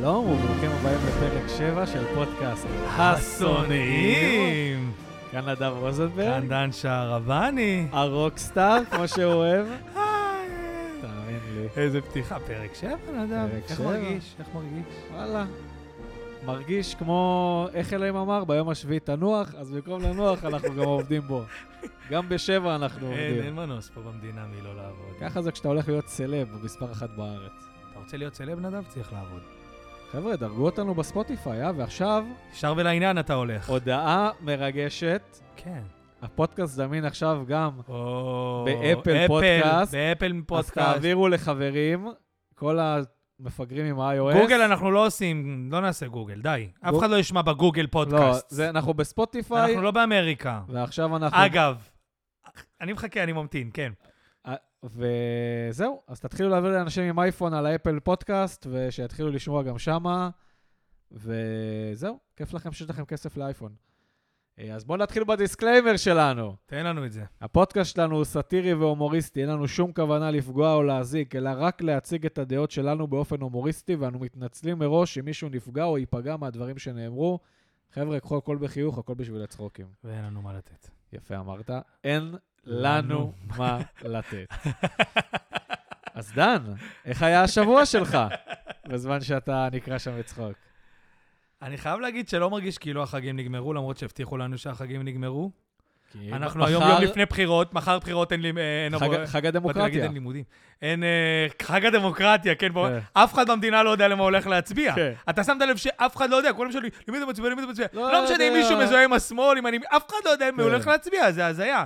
שלום וברוכים הבאים לפרק 7 של פודקאסט השונאים. כאן נדב רוזנברג. כאן דן שערבני. הרוקסטאר, כמו שהוא אוהב. תאמין לי. איזה פתיחה, פרק 7 נדב. איך מרגיש? וואלה. מרגיש כמו, איך אלוהים אמר, ביום השביעי תנוח, אז במקום לנוח אנחנו גם עובדים בו. גם ב7 אנחנו עובדים. אין מנוס פה במדינה מי לא לעבוד. ככה זה כשאתה הולך להיות סלב במספר אחת בארץ. אתה רוצה להיות סלב נדב? צריך לעבוד. חבר'ה, דרגו אותנו בספוטיפיי, ועכשיו... ישר ולעניין אתה הולך. הודעה מרגשת. כן. הפודקאסט זמין עכשיו גם באפל פודקאסט. באפל פודקאסט. אז תעבירו לחברים, כל המפגרים עם ה-iOS. גוגל אנחנו לא עושים, לא נעשה גוגל, די. אף אחד לא ישמע בגוגל פודקאסט. לא, אנחנו בספוטיפיי. אנחנו לא באמריקה. ועכשיו אנחנו... אגב, אני מחכה, אני ממתין, כן. וזהו, אז תתחילו להעביר לאנשים עם אייפון על האפל פודקאסט, ושיתחילו לשמוע גם שמה, וזהו, כיף לכם שיש לכם כסף לאייפון. אז בואו נתחיל בדיסקליימר שלנו. תן לנו את זה. הפודקאסט שלנו הוא סאטירי והומוריסטי, אין לנו שום כוונה לפגוע או להזיק, אלא רק להציג את הדעות שלנו באופן הומוריסטי, ואנו מתנצלים מראש אם מישהו נפגע או ייפגע מהדברים שנאמרו. חבר'ה, קחו הכל בחיוך, הכל בשביל הצחוקים. ואין לנו מה לתת. יפה אמרת. אין לנו מה לתת. אז דן, איך היה השבוע שלך? בזמן שאתה נקרא שם לצחוק. אני חייב להגיד שלא מרגיש כאילו החגים נגמרו, למרות שהבטיחו לנו שהחגים נגמרו. אנחנו היום יום לפני בחירות, מחר בחירות אין לי... חג הדמוקרטיה. אין לימודים. אין... חג הדמוקרטיה, כן, בוא. אף אחד במדינה לא יודע למה הולך להצביע. אתה שמת לב שאף אחד לא יודע, כולם שואלים, למי אתה מצביע, למי אתה מצביע? לא משנה אם מישהו מזוהה עם השמאל, אף אחד לא יודע מי הולך להצביע, זה הזיה.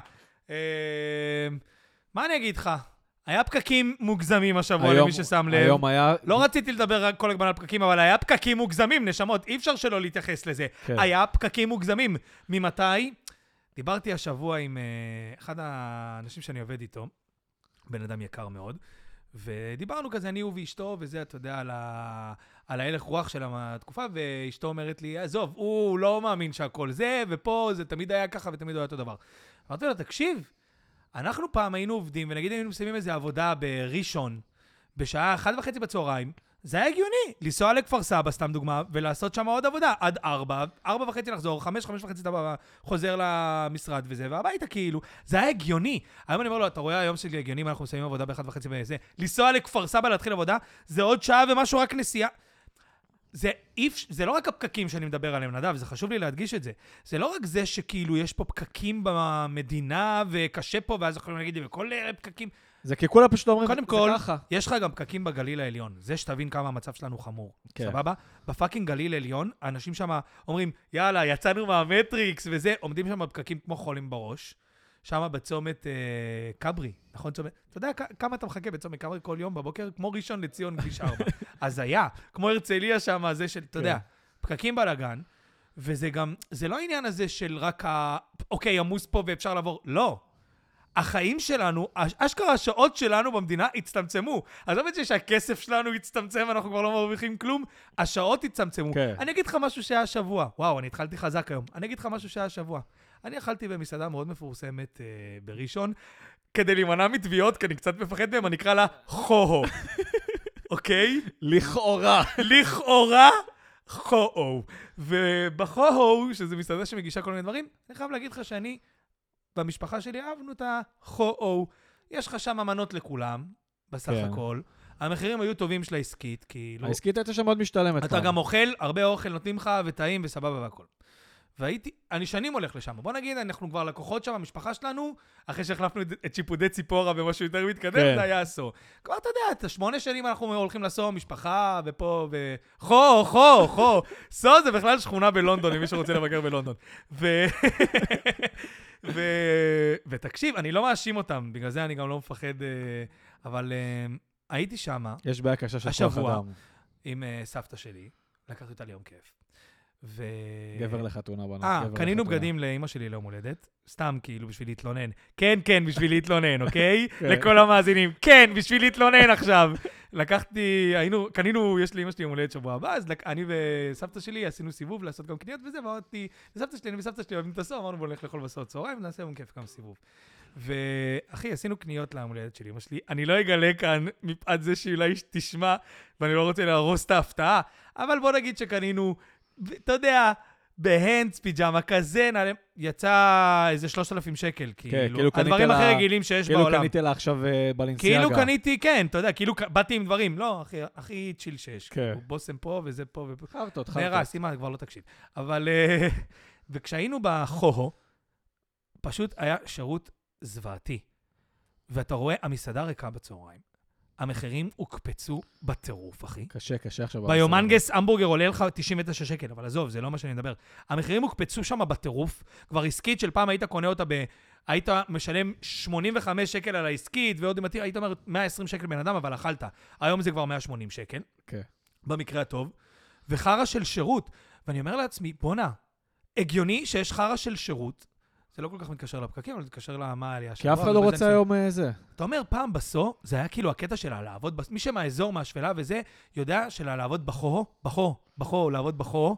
מה אני אגיד לך? היה פקקים מוגזמים השבוע למי ששם לב. היום היה... לא רציתי לדבר כל הזמן על פקקים, אבל היה פקקים מוגזמים, נשמות, אי אפשר שלא להתייחס לזה. היה פקקים מוגזמים. ממתי? דיברתי השבוע עם אחד האנשים שאני עובד איתו, בן אדם יקר מאוד, ודיברנו כזה, אני הוא ואשתו, וזה, אתה יודע, על ההלך רוח של התקופה, ואשתו אומרת לי, עזוב, הוא לא מאמין שהכל זה, ופה זה תמיד היה ככה ותמיד היה אותו דבר. אמרתי לו, תקשיב, אנחנו פעם היינו עובדים, ונגיד היינו מסיימים איזו עבודה בראשון, בשעה 1:30 בצהריים, זה היה הגיוני, לנסוע לכפר סבא, סתם דוגמה, ולעשות שם עוד עבודה, עד 4:30 לחזור, 5:30 אתה חוזר למשרד וזה, והביתה כאילו, זה היה הגיוני. היום אני אומר לו, אתה רואה היום שלי הגיוני, אנחנו מסיימים עבודה ב1:30 וזה, לנסוע לכפר סבא, להתחיל עבודה, זה עוד שעה ומשהו רק נסיעה. זה לא רק הפקקים שאני מדבר עליהם, נדב, זה חשוב לי להדגיש את זה. זה לא רק זה שכאילו יש פה פקקים במדינה וקשה פה, ואז יכולים להגיד לי, וכל פקקים... זה כי כולה פשוט אומרים, קודם כל, יש לך גם פקקים בגליל העליון. זה שתבין כמה המצב שלנו חמור. סבבה? בפאקינג גליל העליון, האנשים שם אומרים, יאללה, יצאנו מהמטריקס וזה, עומדים שם בפקקים כמו חולים בראש. שם בצומת קברי, נכון? אתה יודע כמה אתה מחכה בצומת קברי כל יום בבוקר? כמו ראשון לציון כביש 4. אז היה, כמו הרצליה שם, זה של, אתה יודע, פקקים בלגן, וזה גם, זה לא העניין הזה של רק אוקיי, עמוס פה ואפשר לעבור. לא. החיים שלנו, אשכרה השעות שלנו במדינה הצטמצמו. אז לא בעצם שהכסף שלנו הצטמצם, אנחנו כבר לא מרוויחים כלום, השעות הצטמצמו. אני אגיד לך משהו שהיה השבוע. וואו, אני התחלתי חזק היום. אני אגיד לך משהו שהיה השבוע. אני אכלתי במסעדה מאוד מפורסמת בראשון, כדי להימנע מתביעות, כי אני קצת מפחד מהם, אני אקרא לה חוהו. אוקיי? לכאורה. לכאורה חוהו. ובחוהו, שזו מסעדה שמגישה כל מיני דברים, אני חייב להגיד לך שאני... במשפחה שלי אהבנו את החו-או. יש לך שם מנות לכולם, בסך הכל. המחירים היו טובים של העסקית, כאילו... העסקית הייתה שם מאוד משתלמת. אתה גם אוכל, הרבה אוכל נותנים לך, וטעים וסבבה והכל. אני שנים הולך לשם. בוא נגיד, אנחנו כבר לקוחות שם, המשפחה שלנו, אחרי שהחלפנו את שיפודי ציפורה ומשהו יותר מתקדם, זה היה עשור. כבר אתה יודע, 8 שנים אנחנו הולכים לעשור משפחה, ופה, חו. סו זה בכלל שכונה בלונדון, אם מישהו רוצה לבקר בלונדון. ותקשיב, אני לא מאשים אותם, בגלל זה אני גם לא מפחד, אבל הייתי שם. יש בעיה קשה של כוח אדם. עם סבתא שלי, לקחתי אותה ליום כיף. גבר לחתונה בנות. קנינו בגדים לאמא שלי ליום הולדת, סתם כאילו בשביל להתלונן. כן, בשביל להתלונן, אוקיי? לכל המאזינים, כן, בשביל להתלונן עכשיו. קנינו, יש לאמא שלי יום הולדת שבוע הבא, אז אני וסבתא שלי עשינו סיבוב לעשות גם קניות וזה, ואמרתי, לסבתא שלי, אני וסבתא שלי אוהבים את הסור, אמרנו בוא נלך לאכול בסור צהריים, ונעשה יום כיף גם סיבוב. ואחי, עשינו קניות ליום הולדת של אמא שלי. אני לא אגלה כאן מפאת זה שאולי תשמע, ואני לא רוצה להרוס את ההפתעה, אבל בוא נגיד שקנינו, אתה יודע, בהנדס, פיג'מה כזה, יצא איזה 3,000 שקל, כאילו, הדברים הכי רגילים שיש בעולם. כאילו קניתי לה עכשיו בלנסיאגה. כאילו קניתי, כן, אתה יודע, כאילו באתי עם דברים, לא, הכי צ'יל שיש. בוסם פה וזה פה ופה. חרטות. נרס, אמא, כבר לא תקשיב. אבל, וכשהיינו בחוהו, פשוט היה שירות זוועתי. ואתה רואה, המסעדה ריקה בצהריים. המחירים הוקפצו בטירוף, אחי. קשה עכשיו. ביומנגס המבורגר עולה לך 99 שקל, אבל עזוב, זה לא מה שאני מדבר. המחירים הוקפצו שם בטירוף. כבר עסקית של פעם היית קונה אותה היית משלם 85 שקל על העסקית, ועוד אם היית אומר 120 שקל בן אדם, אבל אכלת. היום זה כבר 180 שקל. כן. במקרה הטוב. וחרה של שירות. ואני אומר לעצמי, בונה, הגיוני שיש חרה של שירות, זה לא כל כך מתקשר לפקקים, אבל מתקשר למה עליה. כי אף אחד לא רוצה היום זה. אתה אומר, פעם בסו, זה היה כאילו הקטע שלה לעבוד, מי שמהאזור, מהשפלה וזה, יודע שלה לעבוד בחו, לעבוד בחו.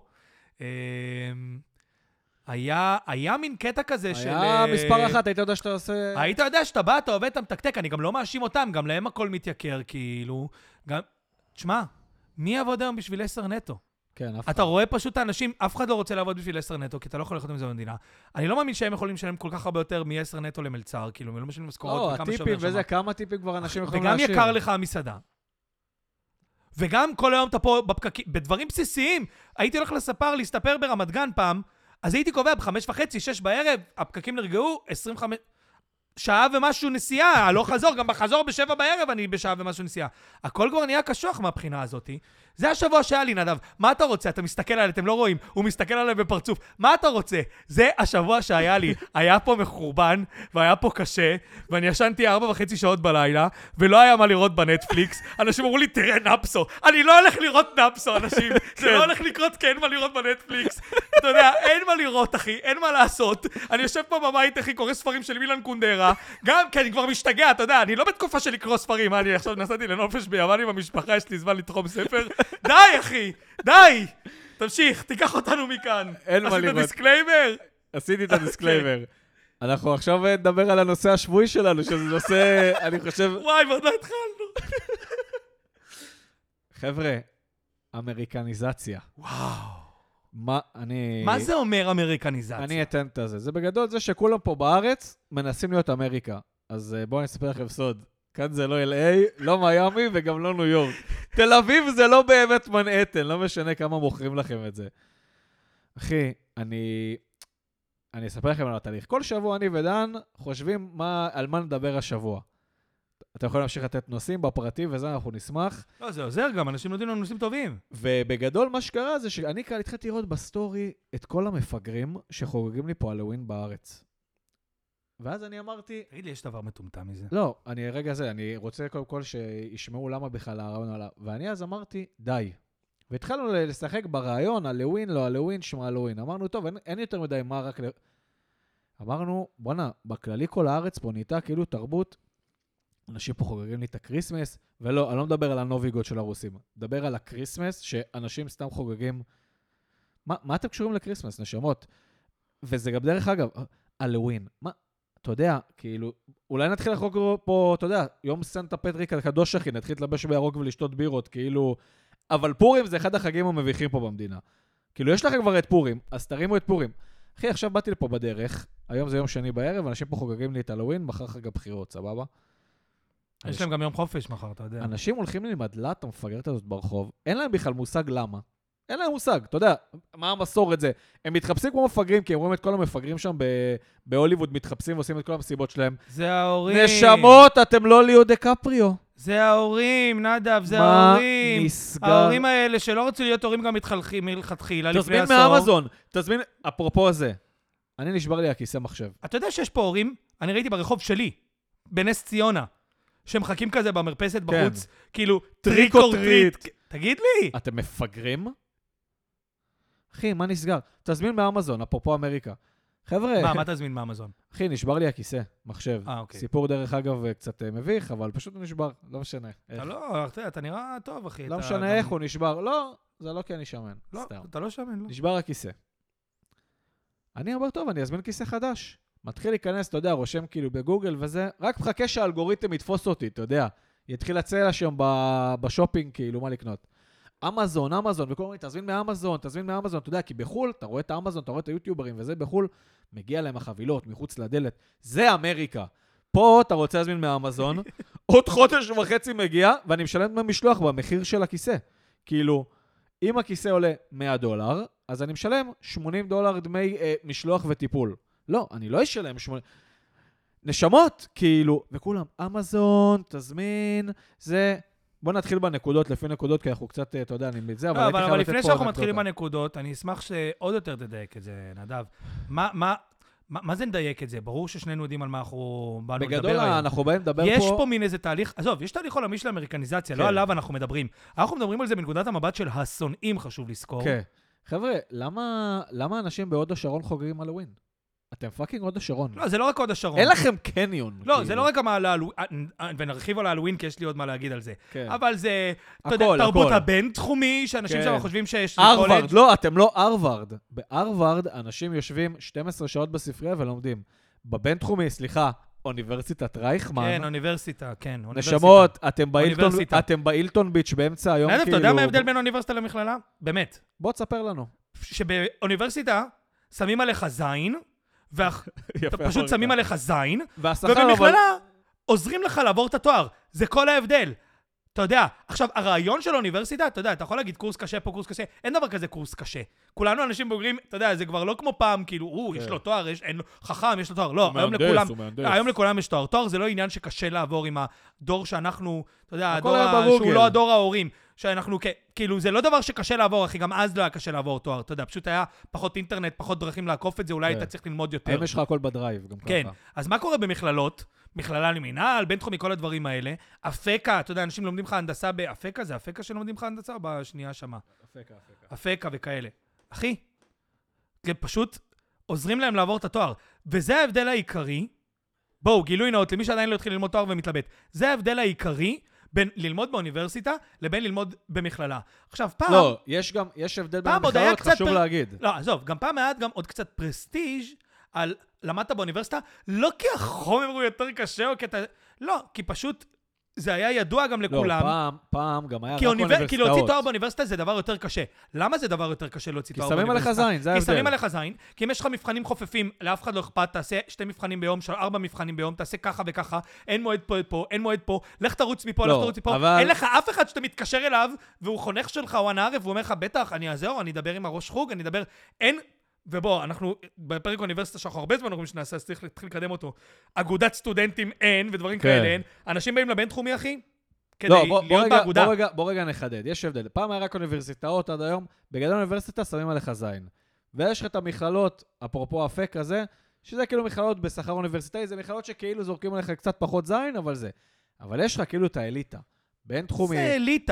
היה מין קטע כזה של... היה מספר אחת, היית יודע שאתה עושה... היית יודע שאתה בא, אתה עובד, אתה מתקתק, אני גם לא מאשים אותם, גם להם הכל מתייקר, כאילו... תשמע, מי יעבוד היום בשביל 10 נטו? כן, אף אחד. אתה רואה פשוט האנשים, אף אחד לא רוצה לעבוד בשביל 10 נטו, כי אתה לא יכול לחיות עם זה במדינה. אני לא מאמין שהם יכולים לשלם כל כך הרבה יותר מ-10 נטו למלצר, כאילו, הם לא משלמים משכורות וכמה שווה הטיפים וזה, כמה טיפים כבר אנשים יכולים להשאיר. וגם יקר לך המסעדה. וגם כל היום אתה פה בפקקים, בדברים בסיסיים. הייתי הולך לספר, להסתפר ברמת גן פעם, אז הייתי קובע ב5:30, 6 בערב, הפקקים נרגעו, 25... שעה ומשהו נסיעה, לא חזור, גם בחזור ב7 בערב אני בשעה ומשהו נסיעה. הכל כבר נהיה קשוח מהבחינה הזאת. זה השבוע שהיה לי, נדב. מה אתה רוצה? אתה מסתכל עליי, אתם לא רואים. הוא מסתכל עליי בפרצוף. מה אתה רוצה? זה השבוע שהיה לי. היה פה מחורבן, והיה פה קשה, ואני ישנתי 4.5 שעות בלילה, ולא היה מה לראות בנטפליקס. אנשים אמרו לי, תראה נפסו. אני לא הולך לראות נפסו, אנשים. זה לא הולך לקרות, כי אין מה לראות בנטפליקס. אתה יודע, אין מה לראות, אחי. אין מה לעשות. אני יושב פה בבית, אחי, קורא ספרים של מילן קונדרה. גם כי אני כבר משתגע, אתה יודע, אני לא בתקופה של לקרוא ספרים. אני עכשיו נסעתי לנופש ביוון עם המשפחה, יש לי זמן לתחום ספר. די, אחי, די! תמשיך, תיקח אותנו מכאן. אין מה לראות. עשית דיסקליימר? עשיתי את הדיסקליימר. אנחנו עכשיו נדבר על הנושא השבועי שלנו, שזה נושא, אני חושב... וואי, ועוד לא התחלנו. חבר'ה, אמריקניזציה. וואו. אני... מה זה אומר אמריקניזציה? אני אתן את זה. זה בגדול זה שכולם פה בארץ מנסים להיות אמריקה. אז בואו אני אספר לכם סוד. כאן זה לא LA, לא מיאמי וגם לא ניו יורק. תל אביב זה לא באמת מנהטן, לא משנה כמה מוכרים לכם את זה. אחי, אני אספר לכם על התהליך. כל שבוע אני ודן חושבים על מה נדבר השבוע. אתם יכולים להמשיך לתת נושאים בפרטי וזה אנחנו נשמח. לא, זה עוזר גם, אנשים נותנים לנו נושאים טובים. ובגדול מה שקרה זה שאני כאן התחלתי לראות בסטורי את כל המפגרים שחוגגים לי פה הלווין בארץ. ואז אני אמרתי... תגיד לי, יש דבר מטומטם מזה? לא, אני רוצה קודם כל שישמעו למה בכלל הרעיון עליו. ואני אז אמרתי, די. והתחלנו לשחק ברעיון, הלווין, לא הלווין, שמה הלווין. אמרנו, טוב, אין יותר מדי מה רק... אמרנו, בוא'נה, בכללי כל הארץ פה נהייתה כאילו תרבות, אנשים פה חוגגים לי את הקריסמס, ולא, אני לא מדבר על הנוביגות של הרוסים, מדבר על הקריסמס, שאנשים סתם חוגגים... מה אתם קשורים לקריסמס, נשמות? וזה גם דרך אגב, הלווין, מה? אתה יודע, כאילו, אולי נתחיל לחוק פה, אתה יודע, יום סנטה פטריק הקדוש אחי, נתחיל להתלבש בירוק ולשתות בירות, כאילו, אבל פורים זה אחד החגים המביכים פה במדינה. כאילו, יש לכם כבר את פורים, אז תרימו את פורים. אחי, עכשיו באתי לפה בדרך, היום זה יום שני בערב, אנשים פה חוגגים לי את הלווין, מחר חג הבחירות, סבבה? יש להם גם יום חופש מחר, אתה יודע. אנשים הולכים לי מדלת המפגרת הזאת ברחוב, אין להם בכלל מושג למה. אין להם מושג, אתה יודע, מה המסורת זה? הם מתחפשים כמו מפגרים, כי הם רואים את כל המפגרים שם בהוליווד, מתחפשים ועושים את כל המסיבות שלהם. זה ההורים. נשמות, אתם לא ליאו דקפריו. זה ההורים, נדב, זה ההורים. מה נסגר? ההורים האלה שלא רצו להיות הורים גם מלכתחילה לפני עשור. תזמין מאמזון, תזמין, אפרופו הזה. אני נשבר לי הכיסא מחשב. אתה יודע שיש פה הורים, אני ראיתי ברחוב שלי, בנס ציונה, שמחכים כזה במרפסת בחוץ, כאילו, טריק אור טריט. תגיד לי. אתם מפגרים? אחי, מה נסגר? תזמין מאמזון, אפרופו אמריקה. חבר'ה... מה תזמין מאמזון? אחי, נשבר לי הכיסא, מחשב. אוקיי. סיפור דרך אגב קצת מביך, אבל פשוט נשבר, לא משנה. אתה נראה טוב, אחי. לא משנה איך הוא נשבר. לא, זה לא כי אני שמן. לא, אתה לא שמן, לא. נשבר הכיסא. אני אומר, טוב, אני אזמין כיסא חדש. מתחיל להיכנס, אתה יודע, רושם כאילו בגוגל וזה, רק מחכה שהאלגוריתם יתפוס אותי, אתה יודע. יתחיל לצלע שם בשופינג, כאילו, מה לקנות. אמזון, וכל מיני, תזמין מאמזון, אתה יודע, כי בחול, אתה רואה את האמזון, אתה רואה את היוטיוברים, וזה בחול, מגיע להם החבילות, מחוץ לדלת. זה אמריקה. פה אתה רוצה להזמין מאמזון, עוד חודש וחצי מגיע, ואני משלם במשלוח במחיר של הכיסא. כאילו, אם הכיסא עולה $100, אז אני משלם $80 דמי משלוח וטיפול. לא, אני לא אשלם 80... נשמות, כאילו, וכולם, אמזון, תזמין, זה... בוא נתחיל בנקודות, לפי נקודות, כי אנחנו קצת, אתה יודע, אני מזה, אבל לפני שאנחנו מתחילים בנקודות, אני אשמח שעוד יותר תדייק את זה, נדב. מה זה נדייק את זה? ברור ששנינו יודעים על מה אנחנו באנו לדבר היום. בגדול, אנחנו באים לדבר פה... יש פה מין איזה תהליך, עזוב, יש תהליך עולמי של אמריקניזציה, לא עליו אנחנו מדברים. אנחנו מדברים על זה מנקודת המבט של השונאים, חשוב לזכור. כן. חבר'ה, למה אנשים בהוד השרון חוגגים הלווין? אתם פאקינג הוד השרון. לא, זה לא רק הוד השרון. אין לכם קניון. לא, זה לא רק על הלווין, ונרחיב על הלווין, כי יש לי עוד מה להגיד על זה. אבל זה, אתה יודע, תרבות הבינתחומי, שאנשים שם חושבים שיש הרווארד, לא, אתם לא הרווארד. בהרווארד אנשים יושבים 12 שעות בספרייה ולומדים. בבינתחומי, סליחה, אוניברסיטת רייכמן. כן, אוניברסיטה, כן. נשמות, אתם באילטון ביץ' באמצע היום, כאילו... אתה יודע מה ההבדל בין אוניברסיטה למכללה? באמת. בוא תספר לנו. שבאוניברסיטה שמים עליך זין, ופשוט שמים עליך זין, ובמכללה עוזרים לך לעבור את התואר. זה כל ההבדל. אתה יודע, עכשיו, הרעיון של האוניברסיטה, אתה יודע, אתה יכול להגיד קורס קשה פה, קורס קשה, אין דבר כזה קורס קשה. כולנו אנשים בוגרים, אתה יודע, זה כבר לא כמו פעם, כאילו, יש לו תואר, אין לו חכם, יש לו תואר. לא, היום לכולם יש תואר. תואר זה לא עניין שקשה לעבור עם הדור שאנחנו, אתה יודע, שהוא לא הדור ההורים, שאנחנו, כאילו, זה לא דבר שקשה לעבור, אחי, גם אז לא היה קשה לעבור תואר, אתה יודע, פשוט היה פחות אינטרנט, פחות דרכים לעקוף את זה, אולי היית צריך ללמוד יותר. היום יש לך הכל בדרייב, גם ככה. כן, אז מה קורה במכללות? מכללה למינהל, בינתחומי, כל הדברים האלה. אפקה, אתה יודע, אנשים לומדים לך הנדסה באפקה, זה אפקה שלומדים לך הנדסה או בשנייה שמה? אפקה וכאלה. אחי, פשוט עוזרים להם לעבור את התואר. וזה ההבדל העיקרי, בואו, גילוי נאות, למי שעדיין לא התחיל ללמוד תואר ומתלבט. זה ההבדל העיקרי בין ללמוד באוניברסיטה לבין ללמוד במכללה. עכשיו, פעם... לא, יש הבדל בין המכללות, חשוב להגיד. לא, עזוב, גם פעם היה גם עוד קצת פרסטיג' על למדת באוניברסיטה, לא כי החומר הוא יותר קשה, או כי אתה... לא, כי פשוט זה היה ידוע גם לכולם. לא, פעם גם היה רק אוניברסיטאות. כי להוציא תואר באוניברסיטה זה דבר יותר קשה. למה זה דבר יותר קשה להוציא תואר באוניברסיטה? כי שמים עליך זין, זה ההבדל. כי שמים עליך זין, כי אם יש לך מבחנים חופפים, לאף אחד לא אכפת, תעשה 2 מבחנים ביום, 4 מבחנים ביום, תעשה ככה וככה, אין מועד פה, אין מועד פה, לך תרוץ מפה, לך תרוץ מפה. אין לך אף אחד שאתה מתקשר אליו, והוא חונך שלך או הנערף, והוא אומר לך, בטח, אני אעזור, אני אדבר עם הראש חוג, אני אדבר, אין, ובוא, אנחנו בפרק האוניברסיטה שאנחנו הרבה זמן אומרים שנעשה, אז צריך להתחיל לקדם אותו. אגודת סטודנטים אין, ודברים כאלה אין. אנשים באים לבינתחומי, אחי, כדי להיות באגודה. בוא רגע נחדד, יש הבדל. פעם היה רק אוניברסיטאות עד היום, בגלל האוניברסיטה שמים עליך זין. ויש לך את המכללות, אפרופו אפק הזה, שזה כאילו מכללות בשכר אוניברסיטאי, זה מכללות שכאילו זורקים עליך קצת פחות זין, אבל זה. אבל יש לך כאילו את האליטה. בינתחומי... זה אליטה.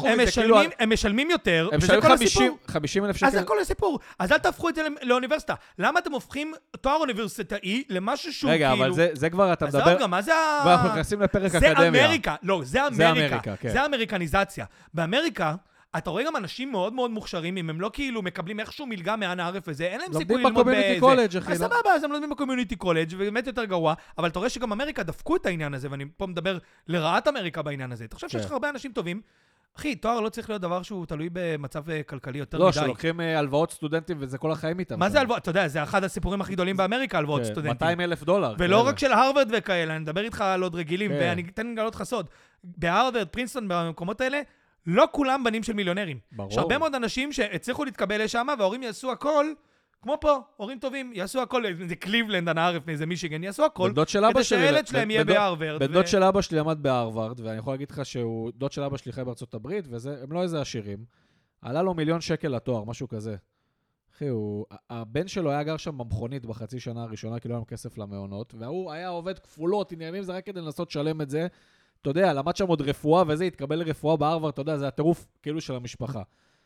הם משלמים יותר, וזה כל הסיפור. 50,000 שקל. אז זה כל הסיפור. אז אל תהפכו את זה לאוניברסיטה. למה אתם הופכים תואר אוניברסיטאי למשהו שהוא כאילו... רגע, אבל זה כבר אתה מדבר... אז רגע, מה זה ה... ואנחנו נכנסים לפרק אקדמיה. זה אמריקה. לא, זה אמריקה. כן. זה האמריקניזציה. באמריקה, אתה רואה גם אנשים מאוד מאוד מוכשרים, אם הם לא כאילו מקבלים איכשהו מלגה מהען הערף וזה, אין להם סיכוי ללמוד בזה. אז סבבה, אז הם לומדים בקומיוניטי קולג' ובאמת יותר גרוע, אבל אתה רואה שגם אמריקה דפקו את העניין הזה, ואני פה מדבר לרעת אמריקה בעניין הזה. אתה חושב שיש לך הרבה אנשים טובים, אחי, תואר לא צריך להיות דבר שהוא תלוי במצב כלכלי יותר מדי. לא, שלוקחים הלוואות סטודנטים וזה כל החיים איתם. מה זה הלוואות? אתה יודע, זה אחד הסיפורים הכי גדולים באמריקה, הלוואות סטודנטים. $200,000. ולא רק של הרווארד וכאלה, אני מדבר איתך על עוד רגילים, ואני אתן לגלות לך סוד. בהרווארד, פרינסטון, במקומות האלה, לא כולם בנים של מיליונרים. ברור. יש הרבה מאוד אנשים שהצליחו להתקבל לשם, וההורים יעשו הכל, כמו פה, הורים טובים, יעשו הכל, זה קליבלנד, הנערף, מאיזה מישיגן, יעשו הכל, כדי שהילד שלהם יהיה בהרווארד. בדוד של אבא שלי למד בהרווארד, ואני יכול להגיד לך שהוא, דוד של אבא שלי חי בארצות הברית, והם לא איזה עשירים. עלה לו $1,000,000 לתואר, משהו כזה. אחי, הבן שלו היה גר שם במכונית בחצי שנה הראשונה, כי לא היה לו כסף למעונות, והוא היה עובד כפולות, עניינים, זה רק כדי לנסות לשלם את זה. אתה יודע, למד שם עוד רפואה וזה, התקבל לרפואה בהרווארד, אתה יודע, זה הטירוף כאילו של המשפחה.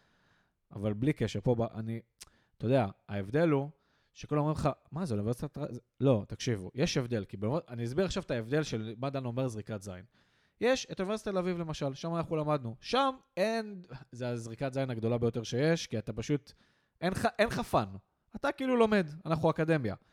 אבל בלי קשר, פה אתה יודע, ההבדל הוא שכל אומרים לך, מה זה, אוניברסיטת... לא, תקשיבו, יש הבדל, כי אני אסביר עכשיו את ההבדל של מה דן אומר זריקת זין. יש את אוניברסיטת תל אביב למשל, שם אנחנו למדנו. שם אין, זה הזריקת זין הגדולה ביותר שיש, כי אתה פשוט, אין לך פן. אתה כאילו לומד, אנחנו אקדמיה.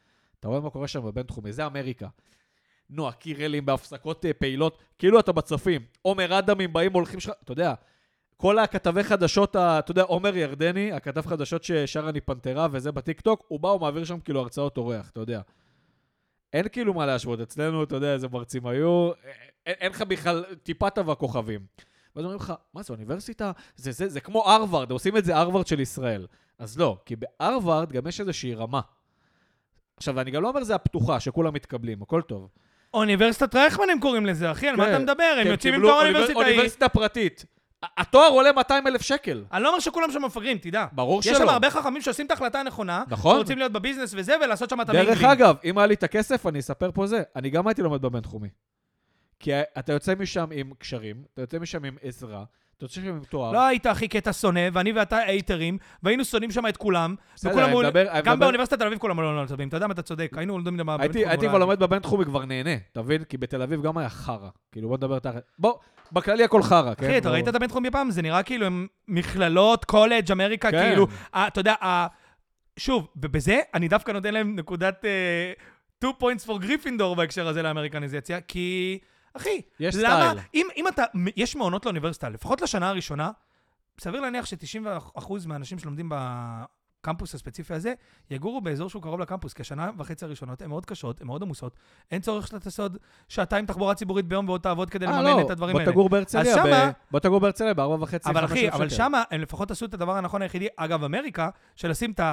אתה רואה מה קורה שם בבינתחומי, זה אמריקה. נועה קירלים בהפסקות פעילות, כאילו אתה בצופים. עומר אדמים באים, הולכים שלך, אתה יודע, כל הכתבי חדשות, אתה יודע, עומר ירדני, הכתב חדשות ששר אני פנתרה וזה בטיקטוק, הוא בא, הוא מעביר שם כאילו הרצאות אורח, אתה יודע. אין כאילו מה להשוות, אצלנו, אתה יודע, איזה מרצים היו, אין לך בכלל טיפת והכוכבים. ואז אומרים לך, מה זה, אוניברסיטה? זה כמו ארווארד, עושים את זה ארווארד של ישראל. אז לא, כי בארווארד גם יש איזושהי רמה. עכשיו, אני גם לא אומר זה הפתוחה, שכולם מתקבלים, הכל טוב. אוניברסיטת רייכמן הם קוראים לזה, אחי, על מה אתה מדבר? הם יוצאים עם תואר אוניברסיטאי. אוניברסיטה פרטית. התואר עולה 200,000 שקל. אני לא אומר שכולם שם מפגרים, תדע. ברור שלא. יש שם הרבה חכמים שעושים את ההחלטה הנכונה, נכון. רוצים להיות בביזנס וזה, ולעשות שם את המינגלים. דרך אגב, אם היה לי את הכסף, אני אספר פה זה. אני גם הייתי לומד בבינתחומי. כי אתה יוצא משם עם קשרים, אתה יוצא משם עם עזרה, אתה יוצא משם עם תואר. לא היית הכי קטע שונא, ואני ואתה אייטרים, והיינו שונאים שם את כולם, גם באוניברסיטת תל אביב כולם לא טובים, אתה יודע מה אתה צודק, היינו לומדים בבינתחומי. הייתי כבר לומד בבינתחומי כבר נהנה, תבין? כי בתל אביב גם היה חרה. כאילו בוא נדבר תחת. בוא, בכללי הכל חרה, כן? אחי, אתה ראית את הבינתחומי פעם? זה נראה כאילו הם מכללות, קולג', אמריקה, כאילו, אתה יודע, שוב, ובזה אני דווקא נותן להם נקודת 2 points for Gryffindor בהקשר הזה לאמריקניזציה, כי אחי, למה, אם אתה, יש מעונות לאוניברסיטה, לפחות לשנה הראשונה, סביר להניח ש90% מהאנשים שלומדים בקמפוס הספציפי הזה, יגורו באזור שהוא קרוב לקמפוס, כי השנה וחצי הראשונות הן מאוד קשות, הן מאוד עמוסות, אין צורך שאתה תעשות שעתיים תחבורה ציבורית ביום ועוד תעבוד כדי לממן את הדברים האלה. בוא תגור בהרצליה ב4.5. אבל אחי, אבל שמה הם לפחות עשו את הדבר הנכון היחידי, אגב אמריקה, של לשים את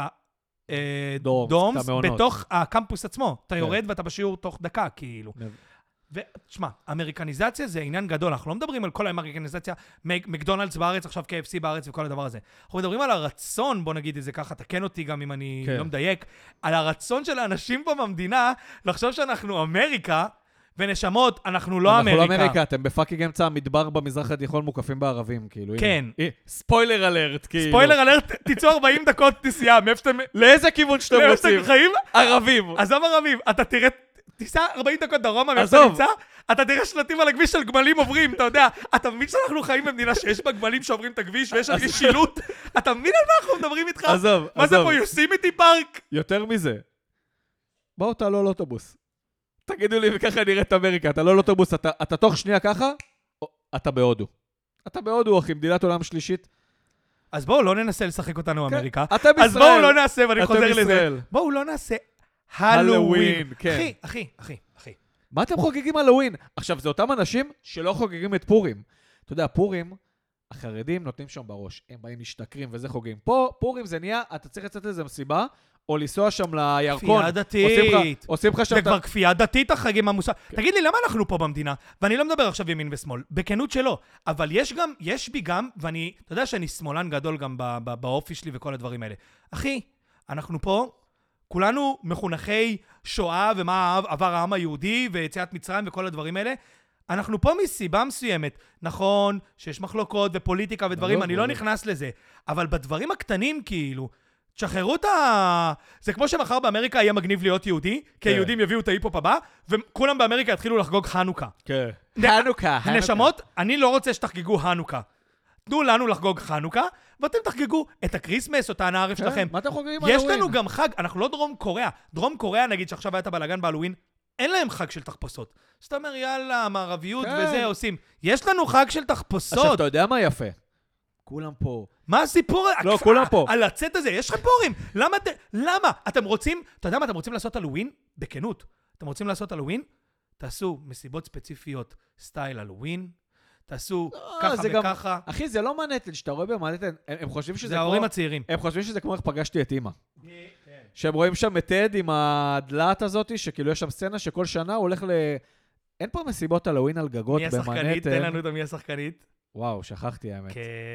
הדומס בתוך הקמפוס עצמו. אתה יורד ואתה בשיעור תוך דקה, כאילו. ותשמע, אמריקניזציה זה עניין גדול, אנחנו לא מדברים על כל האמריקניזציה, מקדונלדס בארץ, עכשיו KFC בארץ וכל הדבר הזה. אנחנו מדברים על הרצון, בוא נגיד את זה ככה, תקן אותי גם אם אני לא מדייק, על הרצון של האנשים פה במדינה, לחשוב שאנחנו אמריקה, ונשמות, אנחנו לא אמריקה. אנחנו לא אמריקה, אתם בפאקינג אמצע המדבר במזרח התיכון מוקפים בערבים, כאילו. כן. ספוילר אלרט, כאילו. ספוילר אלרט, תיצור 40 דקות נסיעה, מאיפה שאתם... לאיזה כיוון שאתם רוצים? ערבים. עזוב ערבים, אתה תראה... תיסע 40 דקות דרומה, מאיפה אתה נמצא, אתה תראה שלטים על הכביש של גמלים עוברים, אתה יודע, אתה מבין שאנחנו חיים במדינה שיש בה גמלים שעוברים את הכביש ויש שם שילוט, אתה מבין על מה אנחנו מדברים איתך? עזוב. מה זה פה, יוסימיטי פארק? יותר מזה. בואו תעלו על אוטובוס. תגידו לי, וככה נראה את אמריקה, אתה לא על אוטובוס, אתה תוך שנייה ככה, אתה בהודו. אתה בהודו, אחי, מדינת עולם שלישית. אז בואו לא ננסה לשחק אותנו אמריקה. אתה בישראל. אז בואו לא נעשה, ואני חוזר לזה. בואו לא נעשה הלווין. כן. אחי. מה אתם חוגגים הלווין? עכשיו, זה אותם אנשים שלא חוגגים את פורים. אתה יודע, פורים, החרדים נותנים שם בראש. הם באים משתכרים וזה חוגגים. פה, פורים זה נהיה, אתה צריך לצאת לזה מסיבה, או לנסוע שם לירקון. כפייה דתית. עושים לך שם... זה כבר כפייה דתית, החגים המוסר. תגיד לי, למה אנחנו פה במדינה? ואני לא מדבר עכשיו ימין ושמאל, בכנות שלא. אבל יש בי גם, ואני, אתה יודע שאני שמאלן גדול גם באופי שלי וכל הדברים האלה. אחי, אנחנו פה, כולנו מחונכי שואה ומה עבר העם היהודי ויציאת מצרים וכל הדברים האלה. אנחנו פה מסיבה מסוימת. נכון שיש מחלוקות ופוליטיקה ודברים, אני לא נכנס לזה. אבל בדברים הקטנים כאילו, תשחררו את זה כמו שמחר באמריקה יהיה מגניב להיות יהודי, כי היהודים יביאו את ההיפופ הבא, וכולם באמריקה יתחילו לחגוג חנוכה. כן. חנוכה. נשמות, אני לא רוצה שתחגגו חנוכה. תנו לנו לחגוג חנוכה, ואתם תחגגו את הקריסמס או את הערב שלכם. מה אתם חוגגים יש לנו גם חג, אנחנו לא דרום קוריאה. דרום קוריאה, נגיד שעכשיו היה את הבלגן בהלווין, אין להם חג של תחפושות. זאת אומרת, יאללה, מערביות וזה עושים. יש לנו חג של תחפושות. עכשיו, אתה יודע מה יפה? כולם פה. מה הסיפור? לא, כולם פה. על הצאת הזה, יש לכם פורים. למה? אתם רוצים, אתה יודע מה, אתם רוצים לעשות הלווין? בכנות. אתם רוצים לעשות הלווין? תעשו מסיבות ספציפיות, סטייל הלווין. תעשו ככה וככה. אחי, זה לא מנהטן, שאתה רואה במנהטן, הם חושבים שזה זה ההורים הצעירים. הם חושבים שזה כמו איך פגשתי את אמא. שהם רואים שם את טד עם הדלת הזאת, שכאילו יש שם סצנה שכל שנה הוא הולך אין פה מסיבות הלווין על גגות במנהטן. מי השחקנית? תן לנו את מי השחקנית. וואו, שכחתי האמת.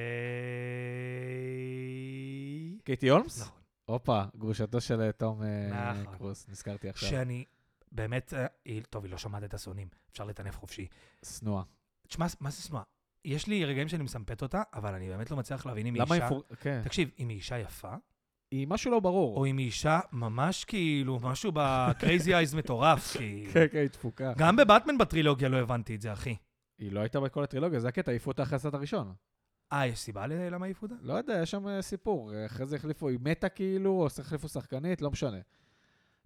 קייטי הולמס? נכון. הופה, גרושתו של תום קרוס, נזכרתי עכשיו. שאני באמת, טוב, היא לא שומעת את הסונים, אפשר לטנף חופשי. סנועה. תשמע, מה זה סנועה? יש לי רגעים שאני מסמפת אותה, אבל אני באמת לא מצליח להבין אם היא אישה. תקשיב, אם היא אישה יפה, היא משהו לא ברור. או אם היא אישה ממש כאילו, משהו בקרייזי אייז מטורף. כן, היא תפוקה. גם בבטמן בטרילוגיה לא הבנתי את זה, אחי. היא לא הייתה בכל הטרילוגיה, זה הקטע, העיפו אותה אחרי הסרט הראשון. יש סיבה למה העיפו אותה? לא יודע, יש שם סיפור. אחרי זה החליפו, היא מתה כאילו, או החליפו שחקנית, לא משנה.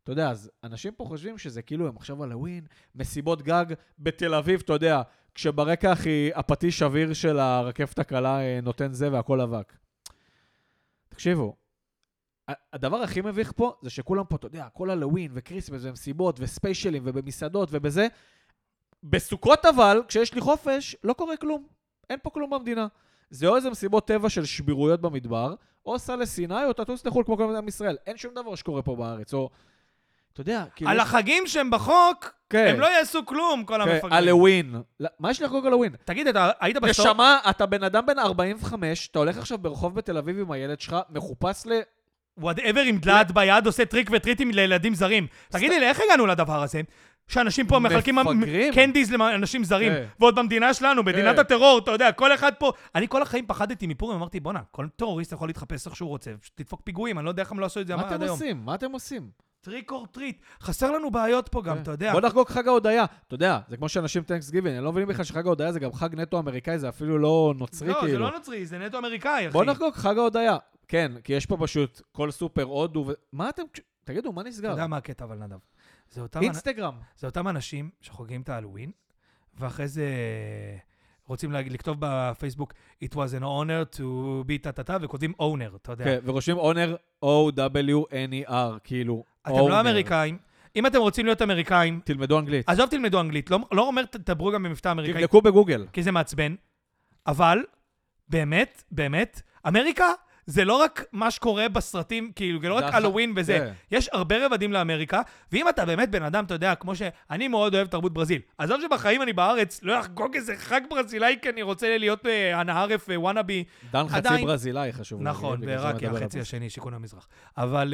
אתה יודע, אז אנשים פה חושבים שזה כאילו, הם עכשיו על הווין, מסיבות גג בתל אביב, אתה יודע, כשברקע הכי הפטיש אוויר של הרכבת הקלה נותן זה והכל אבק. תקשיבו, הדבר הכי מביך פה זה שכולם פה, אתה יודע, הכל על הווין וקריסמס ומסיבות וספיישלים ובמסעדות ובזה. בסוכות אבל, כשיש לי חופש, לא קורה כלום. אין פה כלום במדינה. זה או איזה מסיבות טבע של שבירויות במדבר, או סע לסיני, או תטוס לחול כמו כל מדינת ישראל. אין שום דבר שקורה פה בארץ, או... אתה יודע, כאילו... על החגים שהם בחוק, הם לא יעשו כלום, כל המפגרים. הלווין. מה יש לחגוג הלווין? תגיד, אתה היית בסוף? נשמה, אתה בן אדם בן 45, אתה הולך עכשיו ברחוב בתל אביב עם הילד שלך, מחופש ל... whatever עם דלת ביד, עושה טריק וטריטים לילדים זרים. תגידי לי, איך הגענו לדבר הזה? שאנשים פה מחלקים קנדיז לאנשים זרים, ועוד במדינה שלנו, מדינת הטרור, אתה יודע, כל אחד פה... אני כל החיים פחדתי מפורים, אמרתי, בונה, כל טרוריסט יכול להתחפש איך שהוא רוצה, תדפוק פיגועים, אני לא יודע איך הם לא עשו את זה עד היום. מה אתם עושים? טריק אור טריט. חסר לנו בעיות פה גם, אתה יודע. בוא נחגוג חג ההודיה. אתה יודע, זה כמו שאנשים טנקסגיבינג, אני לא מבינים בכלל שחג ההודיה זה גם חג נטו אמריקאי, זה אפילו לא נוצרי כאילו. לא, זה לא נוצרי, זה נטו אמריקאי, אחי. בוא נחגוג חג ההודיה. כן, כי יש פה פשוט כל סופר הודו מה אתם... תגידו, מה נסגר? אתה יודע מה הקטע, אבל נדב. אינסטגרם. זה אותם אנשים שחוגגים את ההלווין, ואחרי זה רוצים לכתוב בפייסבוק, it was an honor to be טטטה, וכותבים owner, אתה יודע. כן, ורושמים owner, O-W-N-E-R, כאילו, אתם לא אמריקאים. אם אתם רוצים להיות אמריקאים... תלמדו אנגלית. עזוב תלמדו אנגלית, לא אומר תדברו גם במבטא אמריקאי. תבדקו בגוגל. כי זה מעצבן. אבל, באמת, באמת, אמריקה זה לא רק מה שקורה בסרטים, כאילו, זה לא רק הלווין וזה. יש הרבה רבדים לאמריקה, ואם אתה באמת בן אדם, אתה יודע, כמו שאני מאוד אוהב תרבות ברזיל. עזוב שבחיים אני בארץ, לא לחגוג איזה חג ברזילאי, כי אני רוצה להיות הנערף וואנאבי. דן חצי ברזילאי חשוב. נכון, ורק החצי השני, שיכון המזרח. אבל...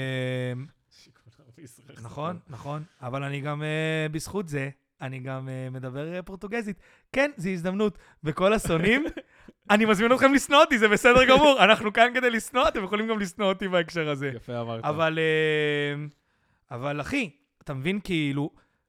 נכון, נכון. אבל אני גם, בזכות זה, אני גם מדבר פורטוגזית. כן, זו הזדמנות. וכל השונאים, אני מזמין אתכם לשנוא אותי, זה בסדר גמור. אנחנו כאן כדי לשנוא, אתם יכולים גם לשנוא אותי בהקשר הזה. יפה אמרת. אבל אחי, אתה מבין כאילו,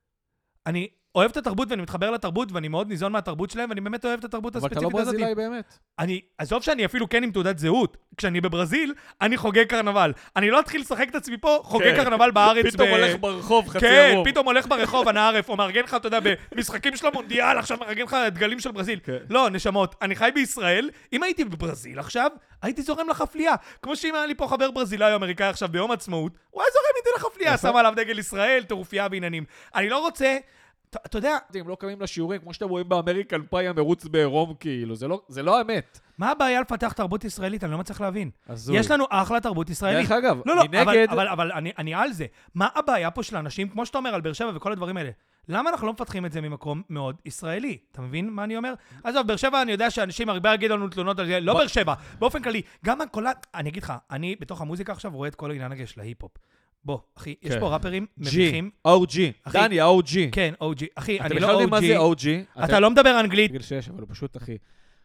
אני אוהב את התרבות ואני מתחבר לתרבות ואני מאוד ניזון מהתרבות שלהם ואני באמת אוהב את התרבות הספציפית הזאת. אבל אתה לא ברזילאי באמת. עזוב שאני אפילו כן עם תעודת זהות. כשאני בברזיל, אני חוגג קרנבל. אני לא אתחיל לשחק את עצמי פה, חוגג קרנבל בארץ. פתאום הולך ברחוב חצי ירום. כן, פתאום הולך ברחוב הנערף, או מארגן לך, אתה יודע, במשחקים של המונדיאל, עכשיו מארגן לך דגלים של ברזיל. לא, נשמות, אני חי בישראל. אם הייתי בברזיל עכשיו, הייתי זורם לחפליה. כמו שאם היה לי פה חבר ברזילאי או אמריקאי עכשיו ביום עצמאות, הוא היה זורם איתי לחפליה, שם עליו דגל ישראל, תעופייה ועניינים. אני לא רוצה אתה יודע... הם לא קמים לשיעורים, כמו שאתם רואים באמריקן פאי המרוץ בעירום, כאילו, זה לא האמת. מה הבעיה לפתח תרבות ישראלית? אני לא מצליח להבין. יש לנו אחלה תרבות ישראלית. דרך אגב, מנגד... אבל אני על זה. מה הבעיה פה של אנשים, כמו שאתה אומר, על באר שבע וכל הדברים האלה? למה אנחנו לא מפתחים את זה ממקום מאוד ישראלי? אתה מבין מה אני אומר? עזוב, באר שבע, אני יודע שאנשים הרבה יגידו לנו תלונות על זה, לא באר שבע, באופן כללי. גם אני אגיד לך, אני בתוך המוזיקה עכשיו רואה את כל העניין הזה של ההיפ-הופ. בוא, אחי, יש פה ראפרים מביכים. OG, דני, OG. כן, OG. אחי, אני לא OG. אתם בכלל יודעים מה זה OG? אתה לא מדבר אנגלית. בגיל 6, אבל הוא פשוט, אחי.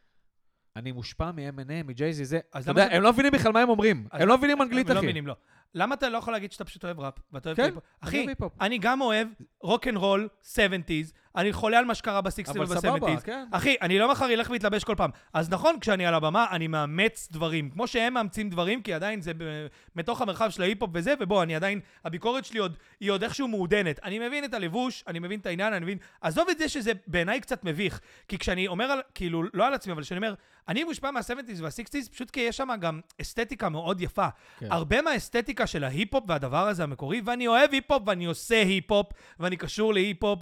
אני מושפע מ-M&A, מג'ייזי, זה... אתה יודע, הם לא מבינים בכלל מה הם אומרים. הם לא מבינים אנגלית, אחי. הם לא מבינים, לא. למה אתה לא יכול להגיד שאתה פשוט אוהב ראפ? כן, אחי, אני גם אוהב רוק אנד רול, 70s, אני חולה על מה שקרה ב-60s וב-70s. אחי, אני לא מחר ילך להתלבש כל פעם. אז נכון, כשאני על הבמה, אני מאמץ דברים. כמו שהם מאמצים דברים, כי עדיין זה מתוך המרחב של ההיפ-הופ וזה, ובוא, אני עדיין, הביקורת שלי היא עוד איכשהו מעודנת. אני מבין את הלבוש, אני מבין את העניין, אני מבין... עזוב את זה שזה בעיניי קצת מביך. כי כשאני אומר, כאילו, לא על עצמי, אבל כשאני אומר, אני מושפע מה-70s וה-60s, פשוט כי יש שם גם אסתטיקה מאוד יפה. הרבה מהאסתטיקה של ההיפ-הופ והדבר הזה המקורי, ואני אוהב היפ-הופ ואני עושה היפ-הופ, ואני קשור להיפ-הופ,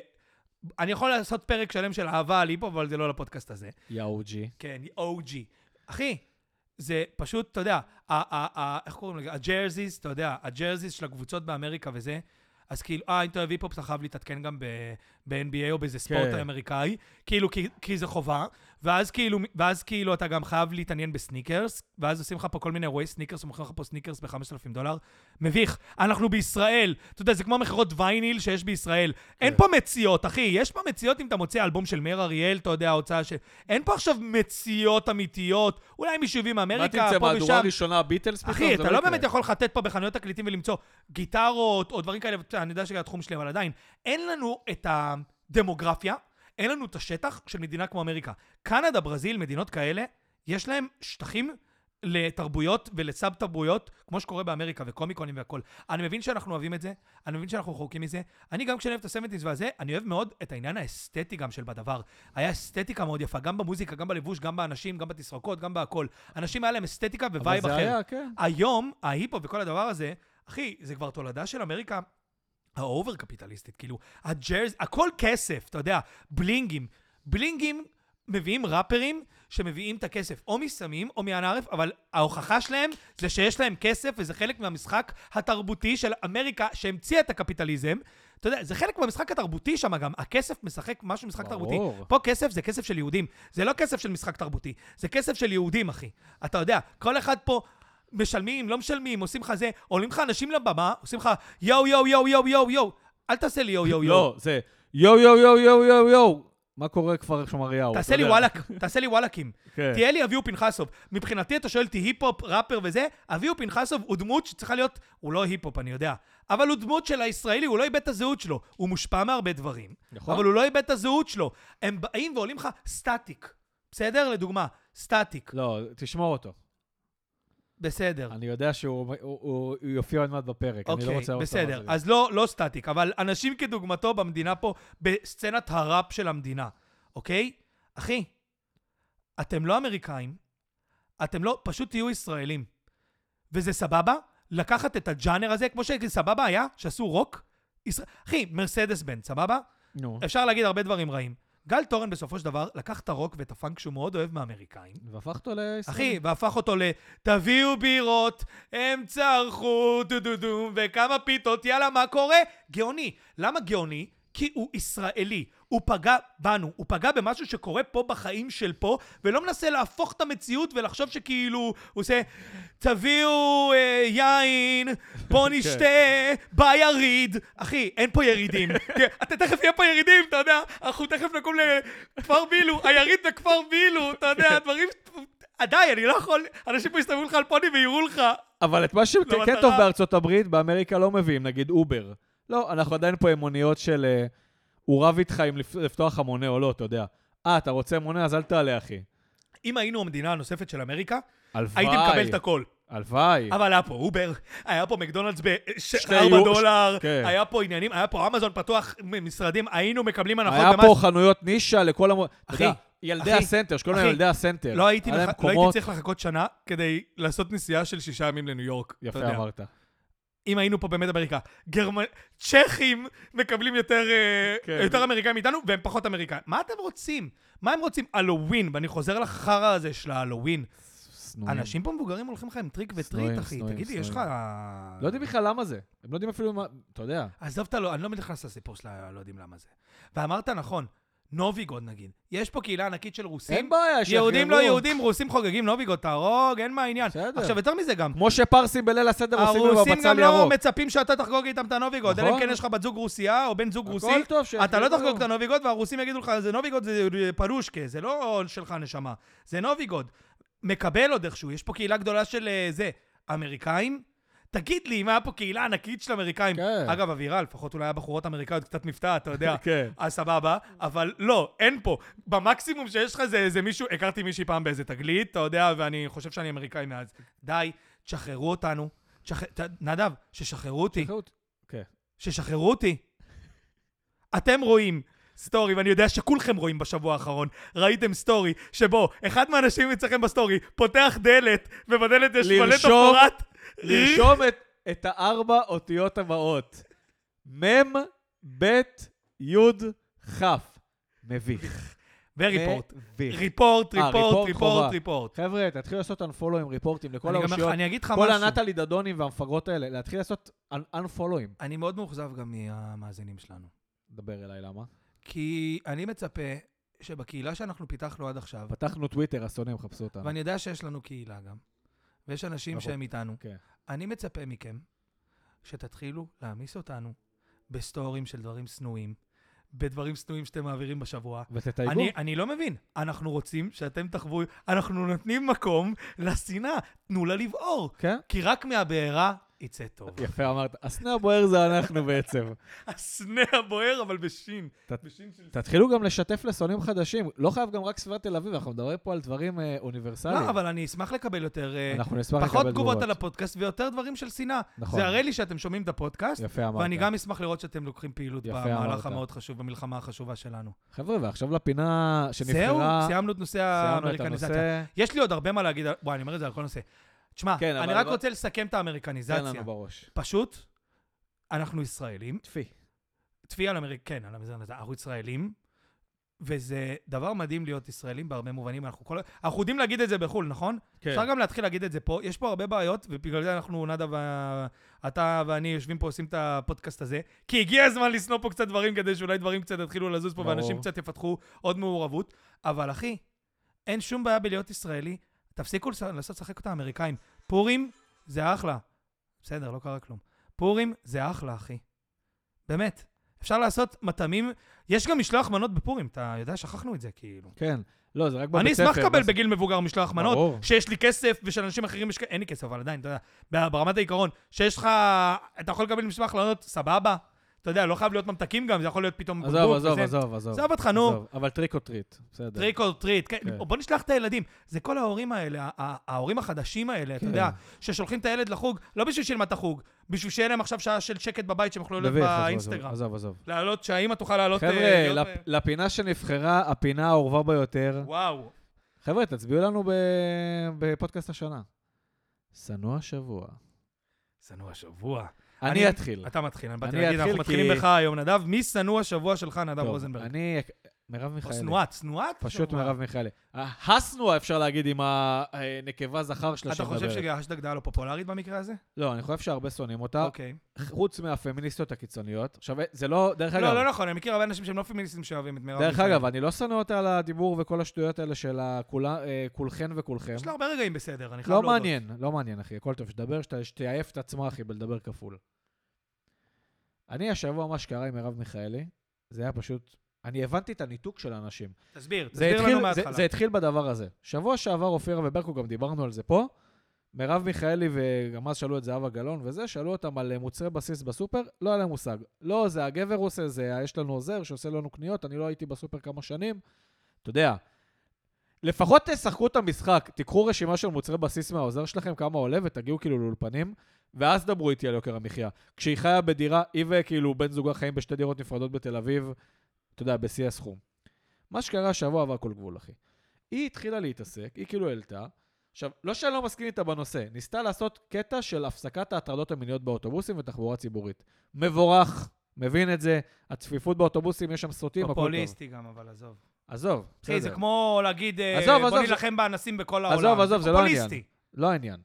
ואני יכול לעשות פרק שלם של אהבה על היפ-הופ, אבל זה לא לפודקאסט הזה. OG. כן, OG. אחי, זה פשוט, אתה יודע, איך קוראים לזה? הג'רזיס, אתה יודע, הג'רזיס של הקבוצות באמריקה וזה, אז כאילו, אם אתה אוהב היפ-הופ, אתה חייב להתעדכן גם ב-NBA או באיזה ספורט האמריקאי, כאילו, כי זה חובה, ואז כאילו אתה גם חייב להתעניין בסניקרס, ואז עושים לך פה כל מיני אירועי סניקרס, ומוכרים לך פה סניקרס $5,000. מביך, אנחנו בישראל, אתה יודע, זה כמו מכירות וייניל שיש בישראל. אין פה מציאות, אחי, יש פה מציאות אם אתה מוצא אלבום של מאיר אריאל, אתה יודע, ההוצאה של... אין פה עכשיו מציאות אמיתיות, אולי מישובים מאמריקה, פה ושם. מה תמצא מהדורה הראשונה, ביטלס פתאום? אחי, אתה לא באמת יכול לחטט פה בחנויות תקליטים ולמצוא גיטרות או דברים כאלה, אני יודע שזה התחום שלי, אבל עדיין, אין לנו את הדמוגרפיה, אין לנו את השטח של מדינה כמו אמריקה. קנדה, ברזיל, מדינות כאלה, יש להם שטחים לתרבויות ולסאב תרבויות, כמו שקורה באמריקה וקומיקונים והכל. אני מבין שאנחנו אוהבים את זה, אני מבין שאנחנו חוקים מזה. אני גם כשאני אוהב את הסמנטיז והזה, אני אוהב מאוד את העניין האסתטי גם של בדבר. היה אסתטיקה מאוד יפה, גם במוזיקה, גם בלבוש, גם באנשים, גם בתסרוקות, גם בהכל. אנשים היה להם אסתטיקה ווייב אחר. היה, כן. היום, ההיפ-הופ וכל הדבר הזה, אחי, זה כבר תולדה של אמריקה האובר קפיטליסטית, כאילו, הג'רז, הכל כסף, אתה יודע, בלינגים מביאים ראפרים שמביאים את הכסף או מסמים או מהנערף, אבל ההוכחה שלהם זה שיש להם כסף, וזה חלק מהמשחק התרבותי של אמריקה שהמציאה את הקפיטליזם. אתה יודע, זה חלק מהמשחק התרבותי שם גם, הכסף משחק משהו משחק תרבותי. פה כסף זה כסף של יהודים, זה לא כסף של משחק תרבותי, זה כסף של יהודים, אחי. אתה יודע, כל אחד פה משלמים, לא משלמים, עושים לך זה, עולים לך אנשים לבמה, עושים לך יו יו יו יו יו יו, אל תעשה לי יו יו יו. לא, זה יו יו יו יו יו יו. מה קורה כפר שמריהו? תעשה לי וואלקים. תהיה לי אביהו פנחסוב. מבחינתי אתה שואל אותי היפ-הופ, ראפר וזה, אביהו פנחסוב הוא דמות שצריכה להיות, הוא לא היפ-הופ, אני יודע, אבל הוא דמות של הישראלי, הוא לא איבד את הזהות שלו. הוא מושפע מהרבה דברים, אבל הוא לא איבד את הזהות שלו. הם באים ועולים לך סטטיק. בסדר? לדוגמה, סטטיק. לא, תשמור אותו. בסדר. אני יודע שהוא יופיע עוד מעט בפרק. אוקיי, בסדר. אז לא סטטיק, אבל אנשים כדוגמתו במדינה פה, בסצנת הראפ של המדינה. אוקיי? אחי, אתם לא אמריקאים, אתם לא, פשוט תהיו ישראלים. וזה סבבה? לקחת את הג'אנר הזה, כמו שסבבה היה, שעשו רוק. אחי, מרסדס בנד, סבבה? נו. אפשר להגיד הרבה דברים רעים. גל תורן בסופו של דבר לקח את הרוק ואת הפאנק שהוא מאוד אוהב מהאמריקאים. והפך אותו לישראל. אחי, והפך אותו תביאו בירות, הם צרחו, דו, וכמה פיתות, יאללה, מה קורה? גאוני. למה גאוני? כי הוא ישראלי. הוא פגע בנו, הוא פגע במשהו שקורה פה בחיים של פה, ולא מנסה להפוך את המציאות ולחשוב שכאילו, הוא עושה, תביאו יין, בוא נשתה, ביריד. אחי, אין פה ירידים. אתה תכף יהיה פה ירידים, אתה יודע, אנחנו תכף נקום לכפר בילו, היריד בכפר בילו, אתה יודע, דברים, עדיין, אני לא יכול, אנשים פה יסתובבו לך על פוני ויראו לך. אבל את מה שכן טוב בארצות הברית, באמריקה לא מביאים, נגיד אובר. לא, אנחנו עדיין פה עם מוניות של... הוא רב איתך אם לפתוח המונה או לא, אתה יודע. אתה רוצה מונה, אז אל תעלה, אחי. אם היינו המדינה הנוספת של אמריקה, הלוואי. הייתי מקבל את הכל. הלוואי. אבל היה פה אובר, היה פה מקדונלדס $4, היה פה עניינים, היה פה אמזון פתוח משרדים, היינו מקבלים הנחות. היה פה חנויות נישה לכל אחי, ילדי הסנטר, שקוראים להם ילדי הסנטר. לא הייתי צריך לחכות שנה כדי לעשות נסיעה של 6 ימים לניו יורק. יפה אמרת. אם היינו פה באמת אמריקה, צ'כים מקבלים יותר אמריקאים מאיתנו, והם פחות אמריקאים. מה אתם רוצים? מה הם רוצים? הלווין, ואני חוזר לחרא הזה של ההלווין. אנשים פה מבוגרים הולכים לך עם טריק וטריט, אחי. תגידי, יש לך... לא יודעים בכלל למה זה. הם לא יודעים אפילו מה... אתה יודע. עזוב אתה לא, אני לא מתייחס לסיפור שלה, לא יודעים למה זה. ואמרת נכון, נוביגוד נגיד. יש פה קהילה ענקית של רוסים. אין בעיה, יהודים לא יהודים, רוסים חוגגים נוביגוד, תהרוג, אין מה העניין. עכשיו, יותר מזה גם. כמו שפרסים בליל הסדר עושים עם הרוסים הבצל גם ירוק. לא מצפים שאתה תחגוג איתם את הנוביגוד. אלא אם כן יש לך בת זוג רוסיה או בן זוג רוסי. אתה לא תחגוג את הנוביגוד, והרוסים יגידו לך, זה נוביגוד, זה פרושקה, זה לא שלך נשמה. זה נוביגוד. מקבל עוד איכשהו. יש פה קהילה גדולה של זה. אמריקאים? תגיד לי, אם היה פה קהילה ענקית של אמריקאים. אגב, אווירה, לפחות אולי הבחורות אמריקאיות קצת מפתעה, אתה יודע. אז סבבה, אבל לא, אין פה. במקסימום שיש לך זה מישהו, הכרתי מישהי פעם באיזה תגלית, אתה יודע, ואני חושב שאני אמריקאי מאז. די, תשחררו אותנו. נדב, ששחררו אותי. ששחררו אותי. אתם רואים סטורי, ואני יודע שכולכם רואים בשבוע האחרון, ראיתם סטורי, שבו אחד מהאנשים אצלכם בסטורי פותח דלת, ובדלת יש מלא תפאורת. לרשום את 4 אותיות הבאות. מם, בית, יוד, חף. מביך. וריפורט. ריפורט. חבר'ה, תתחיל לעשות unfollow עם ריפורטים לכל האושיות. אני אגיד לך משהו. כל הנטלי דדונים והמפגרות האלה, להתחיל לעשות unfollowים. אני מאוד מאוכזב גם מהמאזינים שלנו. דבר אליי, למה? כי אני מצפה שבקהילה שאנחנו פיתחנו עד עכשיו... פתחנו טוויטר, הסונים, חפשו אותנו. ואני יודע שיש לנו קהילה גם. ויש אנשים שהם איתנו. אני מצפה מכם שתתחילו להעמיס אותנו בסטורים של דברים סנויים, בדברים סנויים שאתם מעבירים בשבוע. ותתייגו. אני לא מבין. אנחנו רוצים שאתם תחוו, אנחנו נותנים מקום לשנאה. תנו לה לבעור. כן? כי רק מהבעירה יצא טוב. יפה אמרת, הסנה הבוער זה אנחנו בעצם. הסנה הבוער, אבל בשין. תתחילו גם לשתף לסונים חדשים. לא חייב גם רק סביבת תל אביב, אנחנו מדברים פה על דברים אוניברסליים. לא, אבל אני אשמח לקבל יותר... אנחנו נשמח לקבל פחות תגובות על הפודקאסט ויותר דברים של שנאה. נכון. זה הרי לי שאתם שומעים את הפודקאסט, יפה אמרת. ואני גם אשמח לראות שאתם לוקחים פעילות יפה במהלך אמרת. המאוד חשוב, במלחמה החשובה שלנו. חבר'ה, ועכשיו לפינה שנבחרה... זהו, סיימנו את נושא האמריקניזציה. יש לי עוד הרבה מה להגיד, בואי, אני אומר את זה על כל נושא. תשמע, כן, אני רק רוצה לסכם את האמריקניזציה. תן לנו בראש. פשוט, אנחנו ישראלים. תפי על כן, על המזרנז, אנחנו ישראלים, וזה דבר מדהים להיות ישראלים בהרבה מובנים. אנחנו יודעים להגיד את זה בחול, נכון? כן. אפשר גם להתחיל להגיד את זה פה. יש פה הרבה בעיות, ובגלל זה אנחנו, נדה אתה ואני יושבים פה, עושים את הפודקאסט הזה, כי הגיע הזמן לסנוע פה קצת דברים, כדי שאולי דברים קצת יתחילו לזוז פה, ואנשים קצת יפתחו עוד מעורבות. אבל אחי, אין שום בעיה בלהיות ישראלי. תפסיקו לעשות שחק אותה האמריקאים. פורים זה אחלה. בסדר, לא קרה כלום. פורים זה אחלה, אחי. באמת. אפשר לעשות מטעמים. יש גם משלוח מנות בפורים. אתה יודע, שכחנו את זה, כאילו. כן. לא, זה רק בבית ספר. אני אשמח לקבל בגיל מבוגר משלוח מנות, שיש לי כסף ושל אנשים אחרים אין לי כסף, אבל עדיין, אתה יודע, ברמת העיקרון, שיש לך, אתה יכול לקבל משלוח מנות, סבבה. אתה יודע, לא חייב להיות ממתקים גם, זה יכול להיות פתאום... עזוב. עזוב אותך, נו. אבל טריק או טריט, בסדר. טריק או טריט, כן. בוא נשלח את הילדים. זה כל ההורים האלה, ההורים החדשים האלה, אתה יודע, ששולחים את הילד לחוג, לא בשביל שילמד את החוג, בשביל שיהיה להם עכשיו שעה של שקט בבית שהם יוכלו להיות באינסטגרם. עזוב. לעלות, שהאמא תוכל לעלות... חבר'ה, לפינה שנבחרה, הפינה האהובה ביותר. וואו. חבר'ה, תצביעו לנו בפודקאסט השנה. שנוא השבוע. אני אתחיל. אתה מתחיל, אני באתי להגיד, אנחנו מתחילים בך היום, נדב. מי שנוא השבוע שלך, נדב רוזנברג? מרב מיכאלי. או שנואת? פשוט מרב מיכאלי. הסנואה אפשר להגיד עם הנקבה זכר שלה אתה חושב שההשטג דעה לא פופולרית במקרה הזה? לא, אני חושב שהרבה שונאים אותה. אוקיי. חוץ מהפמיניסטיות הקיצוניות. עכשיו, זה לא, דרך אגב... לא נכון, אני מכיר הרבה אנשים שהם לא פמיניסטים שאוהבים את מרב מיכאלי. דרך אגב, אני לא שונא אותה על הדיבור וכל השטויות האלה של כולכן וכולכם. יש לה הרבה רגעים בסדר, אני חייב להודות. לא מעניין, אחי. הכל טוב, שתדבר, שתעייף את עצמה, אחי, בלדבר כפול. אני השבוע מה שקרה עם מרב מיכאלי, זה היה פשוט, אני הבנתי את הניתוק של האנשים. תסביר לנו מההתחלה. זה התחיל בדבר הזה. שבוע שעבר אופירה וברקו, גם דיברנו על זה פה, מרב מיכאלי וגם אז שאלו את זהבה גלאון וזה, שאלו אותם על מוצרי בסיס בסופר, לא היה להם מושג. לא, זה הגבר עושה, זה יש לנו עוזר שעושה לנו קניות, אני לא הייתי בסופר כמה שנים. אתה יודע, לפחות תשחקו את המשחק, תיקחו רשימה של מוצרי בסיס מהעוזר שלכם, כמה עולה, ותגיעו כאילו לאולפנים, ואז דברו איתי על יוקר המחיה. כשהיא חיה בדירה, היא וכאילו בן זוגה חיים בשתי דירות נפרדות בתל אביב, אתה יודע, בשיא הסכום. מה שקרה השבוע עבר כל גבול, אחי. היא התחילה להתעסק, היא כאילו העלתה, עכשיו, לא שאני לא מסכים איתה בנושא, ניסתה לעשות קטע של הפסקת ההטרדות המיניות באוטובוסים ותחבורה ציבורית. מבורך, מבין את זה, הצפיפות באוטובוסים, יש שם סוטים, הכל טוב. פופוליסטי גם, אבל עזוב, בסדר. זה כמו להגיד, בוא נלחם באנסים בכל העולם. עזוב, זה לא העניין. לא העניין.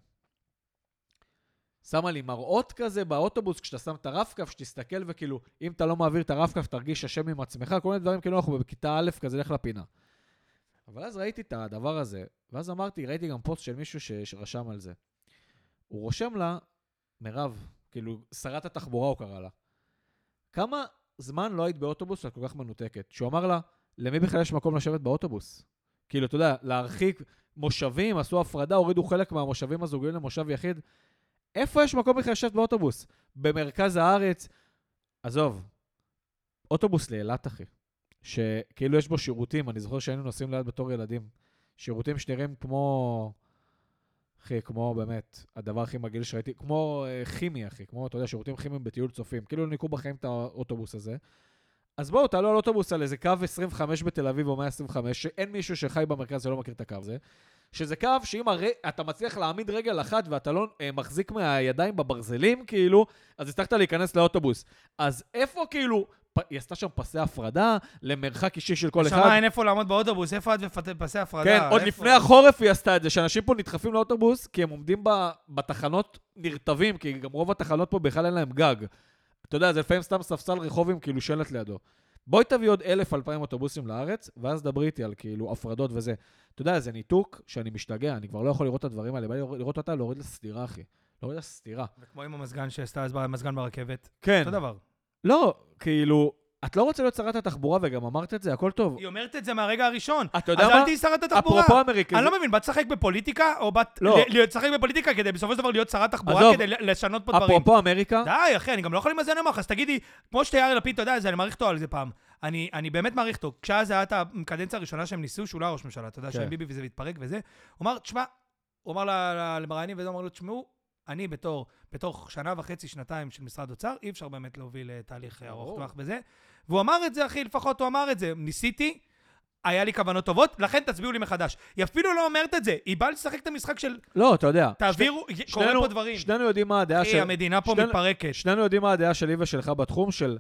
שמה לי מראות כזה באוטובוס, כשאתה שם את הרף-קף, שתסתכל וכאילו, אם אתה לא מעביר את הרף-קף, תרגיש אשם עם עצמך, כל מיני דברים כאילו אנחנו בכיתה א' כזה לך לפינה. אבל אז ראיתי את הדבר הזה, ואז אמרתי, ראיתי גם פוסט של מישהו שרשם על זה. הוא רושם לה, מרב, כאילו, שרת התחבורה הוא קרא לה. כמה זמן לא היית באוטובוס ואת כל כך מנותקת? שהוא אמר לה, למי בכלל יש מקום לשבת באוטובוס? כאילו, אתה יודע, להרחיק מושבים, עשו הפרדה, הורידו חלק מהמושבים הזוגיים למושב יחיד. איפה יש מקום בכלל לשבת באוטובוס? במרכז הארץ? עזוב, אוטובוס לאילת, אחי. שכאילו יש בו שירותים, אני זוכר שהיינו נוסעים ליד בתור ילדים. שירותים שנראים כמו, אחי, כמו באמת, הדבר הכי מגעיל שראיתי, כמו כימי, אחי, כמו, אתה יודע, שירותים כימיים בטיול צופים. כאילו ניקו בחיים את האוטובוס הזה. אז בואו, תעלו על אוטובוס על איזה קו 25 בתל אביב או 125, שאין מישהו שחי במרכז שלא מכיר את הקו הזה, שזה קו שאם אתה מצליח להעמיד רגל אחת ואתה לא מחזיק מהידיים בברזלים, כאילו, אז הצלחת להיכנס לאוטובוס. אז איפה כאילו, היא עשתה שם פסי הפרדה למרחק אישי של כל אחד. שמה, אין איפה לעמוד באוטובוס, איפה את ופסי הפרדה? כן, עוד לפני החורף היא עשתה את זה, שאנשים פה נדחפים לאוטובוס, כי הם עומדים בתחנות נרטבים, כי גם רוב התחנות פה בכלל אין להם גג. אתה יודע, זה לפעמים סתם ספסל רחובים, כאילו שלט לידו. בואי תביא עוד 1,000-2,000 אוטובוסים לארץ, ואז דברי איתי על כאילו הפרדות וזה. אתה יודע, זה ניתוק שאני משתגע, אני כבר לא יכול לראות את הדברים האלה, בא לי לראות אותה, להוריד לסתירה, אחי. להוריד לסתירה. וכמו עם המזגן שעשתה, המזגן ברכבת. כן. אותו דבר. לא, כאילו, את לא רוצה להיות שרת התחבורה, וגם אמרת את זה, הכל טוב. היא אומרת את זה מהרגע הראשון. אתה יודע מה? אז אל תהי שרת התחבורה. אפרופו אמריקה. אני לא מבין, באת לשחק בפוליטיקה, או באת לשחק בפוליטיקה כדי בסופו של דבר להיות שרת תחבורה, כדי לשנות פה דברים. אפרופו אמריקה. די, אחי, אני גם לא יכול למזן אמך, אז תגידי, כמו שיאיר לפיד, אתה יודע, אני מעריך אותו על זה פעם. אני באמת מעריך אותו. כשאז היה את הקדנציה הראשונה שהם ניסו, שהוא לא היה ראש ממשלה, אתה יודע, שהם ביבי וזה מתפרק וזה. הוא אמר, תשמע, הוא אמר למראיינים וזה, הוא אמר לו, תשמעו, אני בתוך שנה וחצי, שנתיים של משרד אוצר, אי אפשר באמת להוביל תהליך ארוך טווח בזה. והוא אמר את זה, אחי, לפחות הוא אמר את זה. ניסיתי, היה לי כוונות טובות, לכן תצביעו לי מחדש. היא אפילו לא אומרת את זה, היא באה לשחק את המשחק של... לא, אתה יודע. תעבירו, קורה פה דברים. שנינו יודעים מה הדעה של... המדינה פה מתפרקת. שנינו יודעים מה הדעה שלי ושלך בתחום של...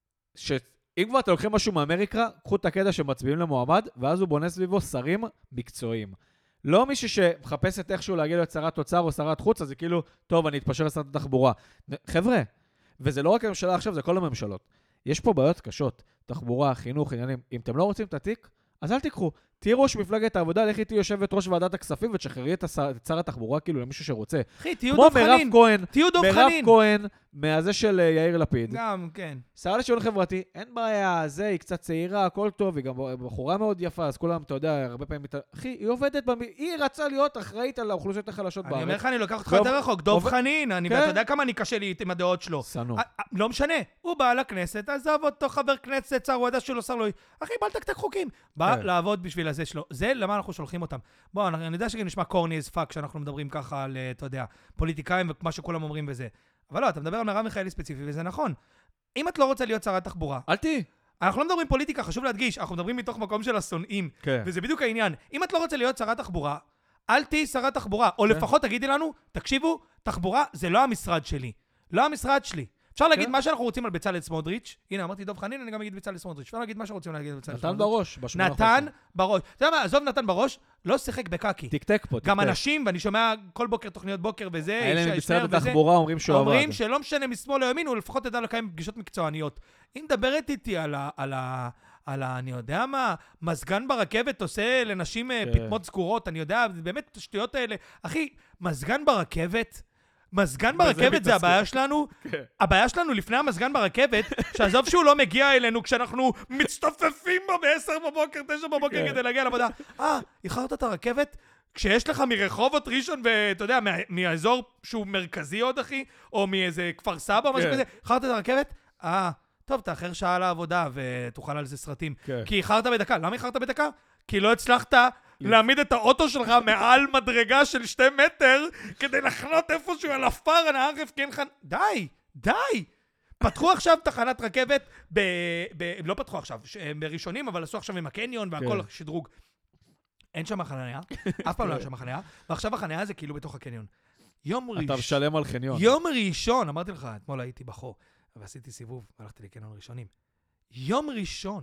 אם כבר אתם לוקחים משהו מאמריקה, קחו את הקטע שמצביעים למועמד, ואז הוא בונה סביבו שרים מקצועיים. לא מישהו שמחפש את איכשהו להגיע להיות שרת אוצר או שרת חוץ, אז זה כאילו, טוב, אני אתפשר לשרת התחבורה. חבר'ה, וזה לא רק הממשלה עכשיו, זה כל הממשלות. יש פה בעיות קשות, תחבורה, חינוך, עניינים. אם אתם לא רוצים את התיק, אז אל תיקחו. תהי ראש מפלגת העבודה, לכי תהי יושבת ראש ועדת הכספים ותשחררי את שר התחבורה כאילו למישהו שרוצה. אחי, תהיו דוב חנין. תהיו דוב חנין. מירב כהן, מהזה של יאיר לפיד. גם, כן. שרה לשוויון חברתי, אין בעיה, היא קצת צעירה, הכל טוב, היא גם בחורה מאוד יפה, אז כולם, אתה יודע, הרבה פעמים... אחי, היא עובדת, היא רצה להיות אחראית על האוכלוסיות החלשות בארץ. אני אומר לך, אני לוקח אותך יותר רחוק, דוב חנין, ואתה יודע כמה אני קשה לי עם הדעות שלו. סנור. לא משנה, הוא בא לכנסת, עזב אותו חבר כנסת, שר, הוא ידע שלו, שר לו, אחי, בא לתקתק חוקים. בא לעבוד בשביל הזה שלו. זה למה אנחנו שולחים אותם. בוא, אני יודע שגם נשמע קורני as fuck כשאנחנו מדברים ככה על, אתה יודע, פוליטיקאים ומה שכולם אומרים וזה. אבל לא, אתה מדבר על מרב מיכאלי ספציפי, וזה נכון. אם את לא רוצה להיות שרת תחבורה, אל תהי. אנחנו לא מדברים פוליטיקה, חשוב להדגיש, אנחנו מדברים מתוך מקום של השונאים, וזה בדיוק העניין. אם את לא רוצה להיות שרת תחבורה, אל תהי שרת תחבורה, או לפחות תגידי לנו, תקשיבו, תחבורה זה לא המשרד שלי. לא המשרד שלי. אפשר להגיד מה שאנחנו רוצים על בצלאל סמוטריץ'. הנה, אמרתי דוב חנין, אני גם אגיד בצלאל סמוטריץ'. אפשר להגיד מה שרוצים להגיד על בצלאל סמוטריץ'. נתן בראש. נתן בראש. אתה יודע מה, עזוב נתן בראש, לא שיחק בקקי. תקתק פה, גם אנשים, ואני שומע כל בוקר תוכניות בוקר וזה, האלה מבצלאל התחבורה אומרים שהוא עבד. אומרים שלא משנה משמאל לימין, הוא לפחות ידע לקיים פגישות מקצועניות. אם מדברת איתי על אני יודע מה, מזגן ברכבת עושה לנשים פטמות סגורות, אני יודע, באמת השטויות האלה. אחי, מזגן ברכבת זה הבעיה שלנו. הבעיה שלנו לפני המזגן ברכבת, שעזוב שהוא לא מגיע אלינו כשאנחנו מצטופפים בו ב-10 בבוקר, 9 בבוקר כדי להגיע לעבודה. איחרת את הרכבת? כשיש לך מרחובות ראשון ואתה יודע, מהאזור שהוא מרכזי עוד אחי, או מאיזה כפר סבא או משהו כזה, איחרת את הרכבת? טוב, תאחר שעה לעבודה ותוכל על זה סרטים. כי איחרת בדקה. למה איחרת בדקה? כי לא הצלחת להעמיד את האוטו שלך מעל מדרגה של 2 מטר, כדי לחנות איפשהו על הפר הנערף, כן חן... די! פתחו עכשיו תחנת רכבת, לא פתחו עכשיו, בראשונים, אבל עשו עכשיו עם הקניון והכל שדרוג. אין שם חניה, אף פעם לא היה שם חניה, ועכשיו החניה זה כאילו בתוך הקניון. אתה משלם על חניון. יום ראשון, אמרתי לך, אתמול הייתי בחור, ועשיתי סיבוב, והלכתי לקניון ראשונים. יום ראשון,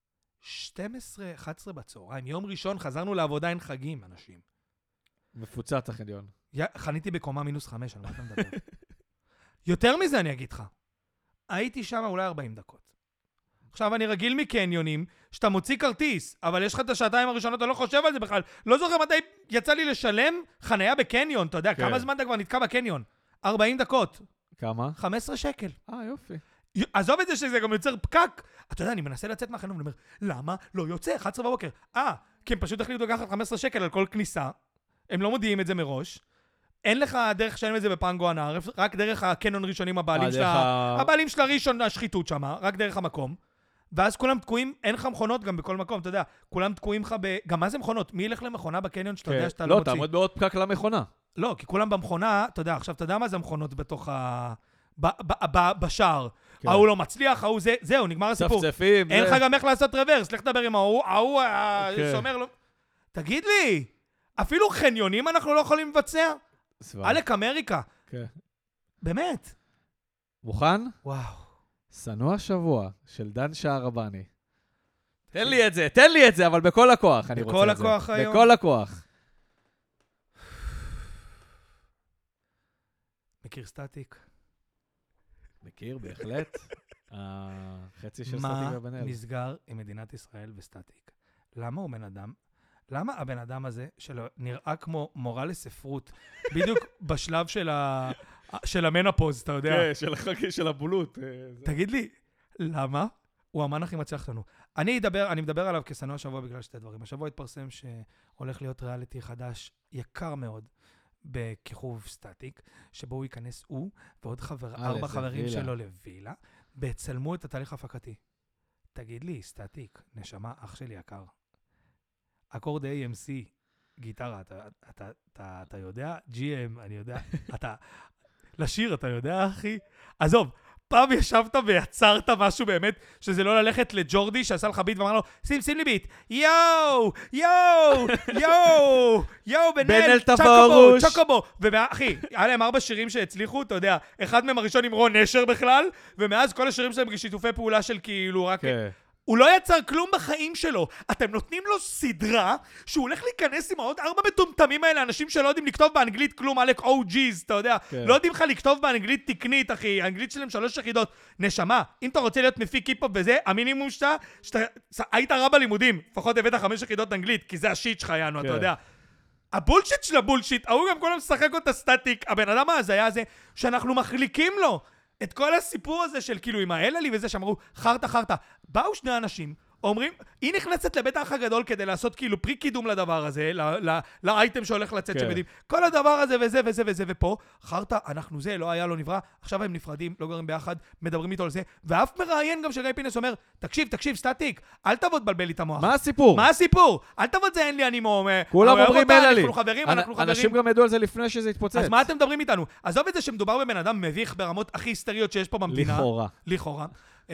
12-11 בצהריים, יום ראשון חזרנו לעבודה, אין חגים, אנשים. מפוצץ החניון. חניתי בקומה -5, על מה אתה מדבר? יותר מזה אני אגיד לך. הייתי שם אולי 40 דקות. עכשיו אני רגיל מקניונים, שאתה מוציא כרטיס, אבל יש לך את השעתיים הראשונות, אתה לא חושב על זה בכלל. לא זוכר מתי יצא לי לשלם חניה בקניון, אתה יודע, כמה זמן אתה כבר נתקע בקניון? 40 דקות. כמה? 15 שקל. יופי. עזוב את זה שזה גם יוצר פקק. אתה יודע, אני מנסה לצאת מהחניון, ואני אומר, למה לא יוצא? 11 בבוקר. כי הם פשוט החליטו לקחת 15 שקל על כל כניסה. הם לא מודיעים את זה מראש. אין לך דרך לשלם את זה בפנגו הנערף, רק דרך הקניון ראשונים הבעלים של הראשון, השחיתות שם, רק דרך המקום. ואז כולם תקועים, אין לך מכונות גם בכל מקום, אתה יודע, כולם תקועים לך גם מה זה מכונות? מי ילך למכונה בקניון שאתה יודע שאתה לא מוציא? לא, תעמוד בעוד פקק למכונה. לא, כי כולם במכונה, אתה יודע, עכשיו אתה יודע מה זה מכונות בתוך בשער. ההוא לא מצליח, ההוא זהו, נגמר הסיפור. צפצפים. אין לך גם איך לעשות רוורס, לך תדבר עם ההוא שאומר לו... תגיד לי, אפילו חניונים אנחנו לא יכולים לבצע? עלק אמריקה. באמת. מוכן? וואו. סנוע שבוע של דן שערבני. תן לי את זה, אבל בכל הכוח אני רוצה את זה. בכל הכוח היום. בכל הכוח. מכיר סטטיק? מכיר, בהחלט. חצי של סטטיק ובן אל. מה נסגר עם מדינת ישראל וסטטיק? למה הוא בן אדם? למה הבן אדם הזה, שלו נראה כמו מורה לספרות, בדיוק בשלב של המנפוז, אתה יודע? כן, של הבולות. תגיד לי, למה הוא האמן הכי מצליח לנו. אני מדבר עליו כסנוע השבוע בגלל שתי דברים. השבוע התפרסם שהולך להיות ריאליטי חדש יקר מאוד בכיכוב סטטיק, שבו הוא ייכנס ועוד 4 חברים שלו לווילה, והצלמו את התהליך ההפקתי. תגיד לי, סטטיק, נשמה, אח שלי יקר. אקורד AMC, גיטרה, אתה יודע? GM, אני יודע. לשיר, אתה יודע, אחי? עזוב, פעם ישבת ויצרת משהו באמת, שזה לא ללכת לג'ורדי שעשה לך ביט ואמר לו, שים לי ביט, יואו, בנל, צ'וקובו. ואחי, היה להם 4 שירים שהצליחו, אתה יודע, אחד מהם הראשון עם רון נשר בכלל, ומאז כל השירים שלהם שיתופי פעולה של כאילו רק... הוא לא יצר כלום בחיים שלו. אתם נותנים לו סדרה שהוא הולך להיכנס עם עוד 4 מטומטמים האלה, אנשים שלא יודעים לכתוב באנגלית כלום, עלק OGs, אתה יודע. לא יודעים לך לכתוב באנגלית תקנית, אחי. האנגלית שלהם 3 יחידות. נשמה, אם אתה רוצה להיות מפיק היפ-הופ וזה, המינימום שאתה היית רע בלימודים. לפחות הבאת 5 יחידות אנגלית, כי זה השיט שלך, יענו, אתה יודע. הבולשיט של הבולשיט, הוא גם כל משחק אותה סטטיק. הבן אדם הזה היה זה שאנחנו מחליקים לו. את כל הסיפור הזה של כאילו עם האלה לי וזה שאמרו חרטה, באו 2 אנשים, אומרים, היא נכנסת לבית האח הגדול כדי לעשות כאילו פרי קידום לדבר הזה, לאייטם שהולך לצאת שמדים, כל הדבר הזה וזה, ופה, חרטה, אנחנו זה, לא היה, לא נברא, עכשיו הם נפרדים, לא גרים ביחד, מדברים איתו על זה, ואף מראיין גם שגיא פינס אומר, תקשיב, סטטיק, אל תבוא תבלבל לי את המוח. מה הסיפור? אל תבוא זה אין לי אני כולם אומרים אין לי. אנחנו חברים. אנשים גם ידעו על זה לפני שזה התפוצץ. אז מה אתם מדברים איתנו? עזוב את זה שמדובר בבן אדם מביך ברמות הכי היסטריות שיש פה במדינה. לכאורה.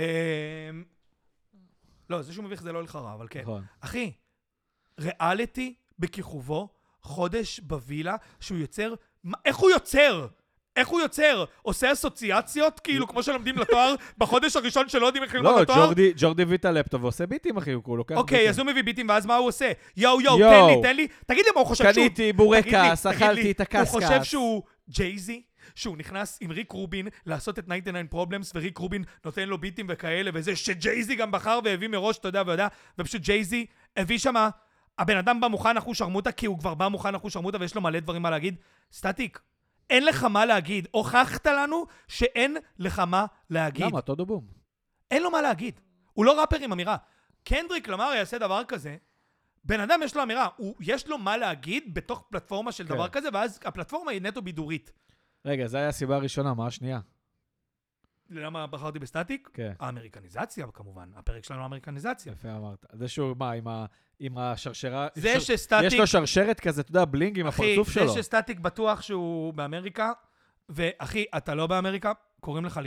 לא, זה שהוא מביך זה לא לכאורה, אבל כן. אחי, ריאליטי בכיכובו, חודש בווילה, שהוא יוצר, איך הוא יוצר? עושה אסוציאציות, כאילו, כמו שלומדים לתואר, בחודש הראשון שלא יודעים איך ללמוד לתואר? לא, ג'ורדי הביא את הלפטופ ועושה ביטים, אחי, הוא לוקח ביטים. אוקיי, אז הוא מביא ביטים, ואז מה הוא עושה? יואו, תן לי. תגיד לי מה הוא חושב שהוא... קניתי בורקס, אכלתי את הקסקס. הוא חושב שהוא ג'ייזי, שהוא נכנס עם ריק רובין לעשות את 99 Problems, וריק רובין נותן לו ביטים וכאלה, וזה שג'ייזי גם בחר והביא מראש, אתה יודע, ופשוט ג'ייזי הביא שמה, הבן אדם בא מוכן אחו שרמוטה, כי הוא כבר בא מוכן אחו שרמוטה, ויש לו מלא דברים מה להגיד. סטטיק, אין לך מה להגיד. הוכחת לנו שאין לך מה להגיד. למה? תודו בום. אין לו מה להגיד. הוא לא ראפר עם אמירה. קנדריק למר יעשה דבר כזה, בן אדם יש לו אמירה, יש לו מה להגיד בתוך פלטפורמה של דבר כזה, ואז הפלטפורמה היא נטו בידורית. רגע, זו הייתה הסיבה הראשונה, מה השנייה? למה בחרתי בסטטיק? כן. האמריקניזציה, כמובן. הפרק שלנו האמריקניזציה. יפה אמרת. זה שהוא, מה, עם השרשרה... זה שסטטיק... יש לו שרשרת כזה, אתה יודע, בלינג עם הפרצוף שלו. אחי, זה שסטטיק בטוח שהוא באמריקה, ואחי, אתה לא באמריקה, קוראים לך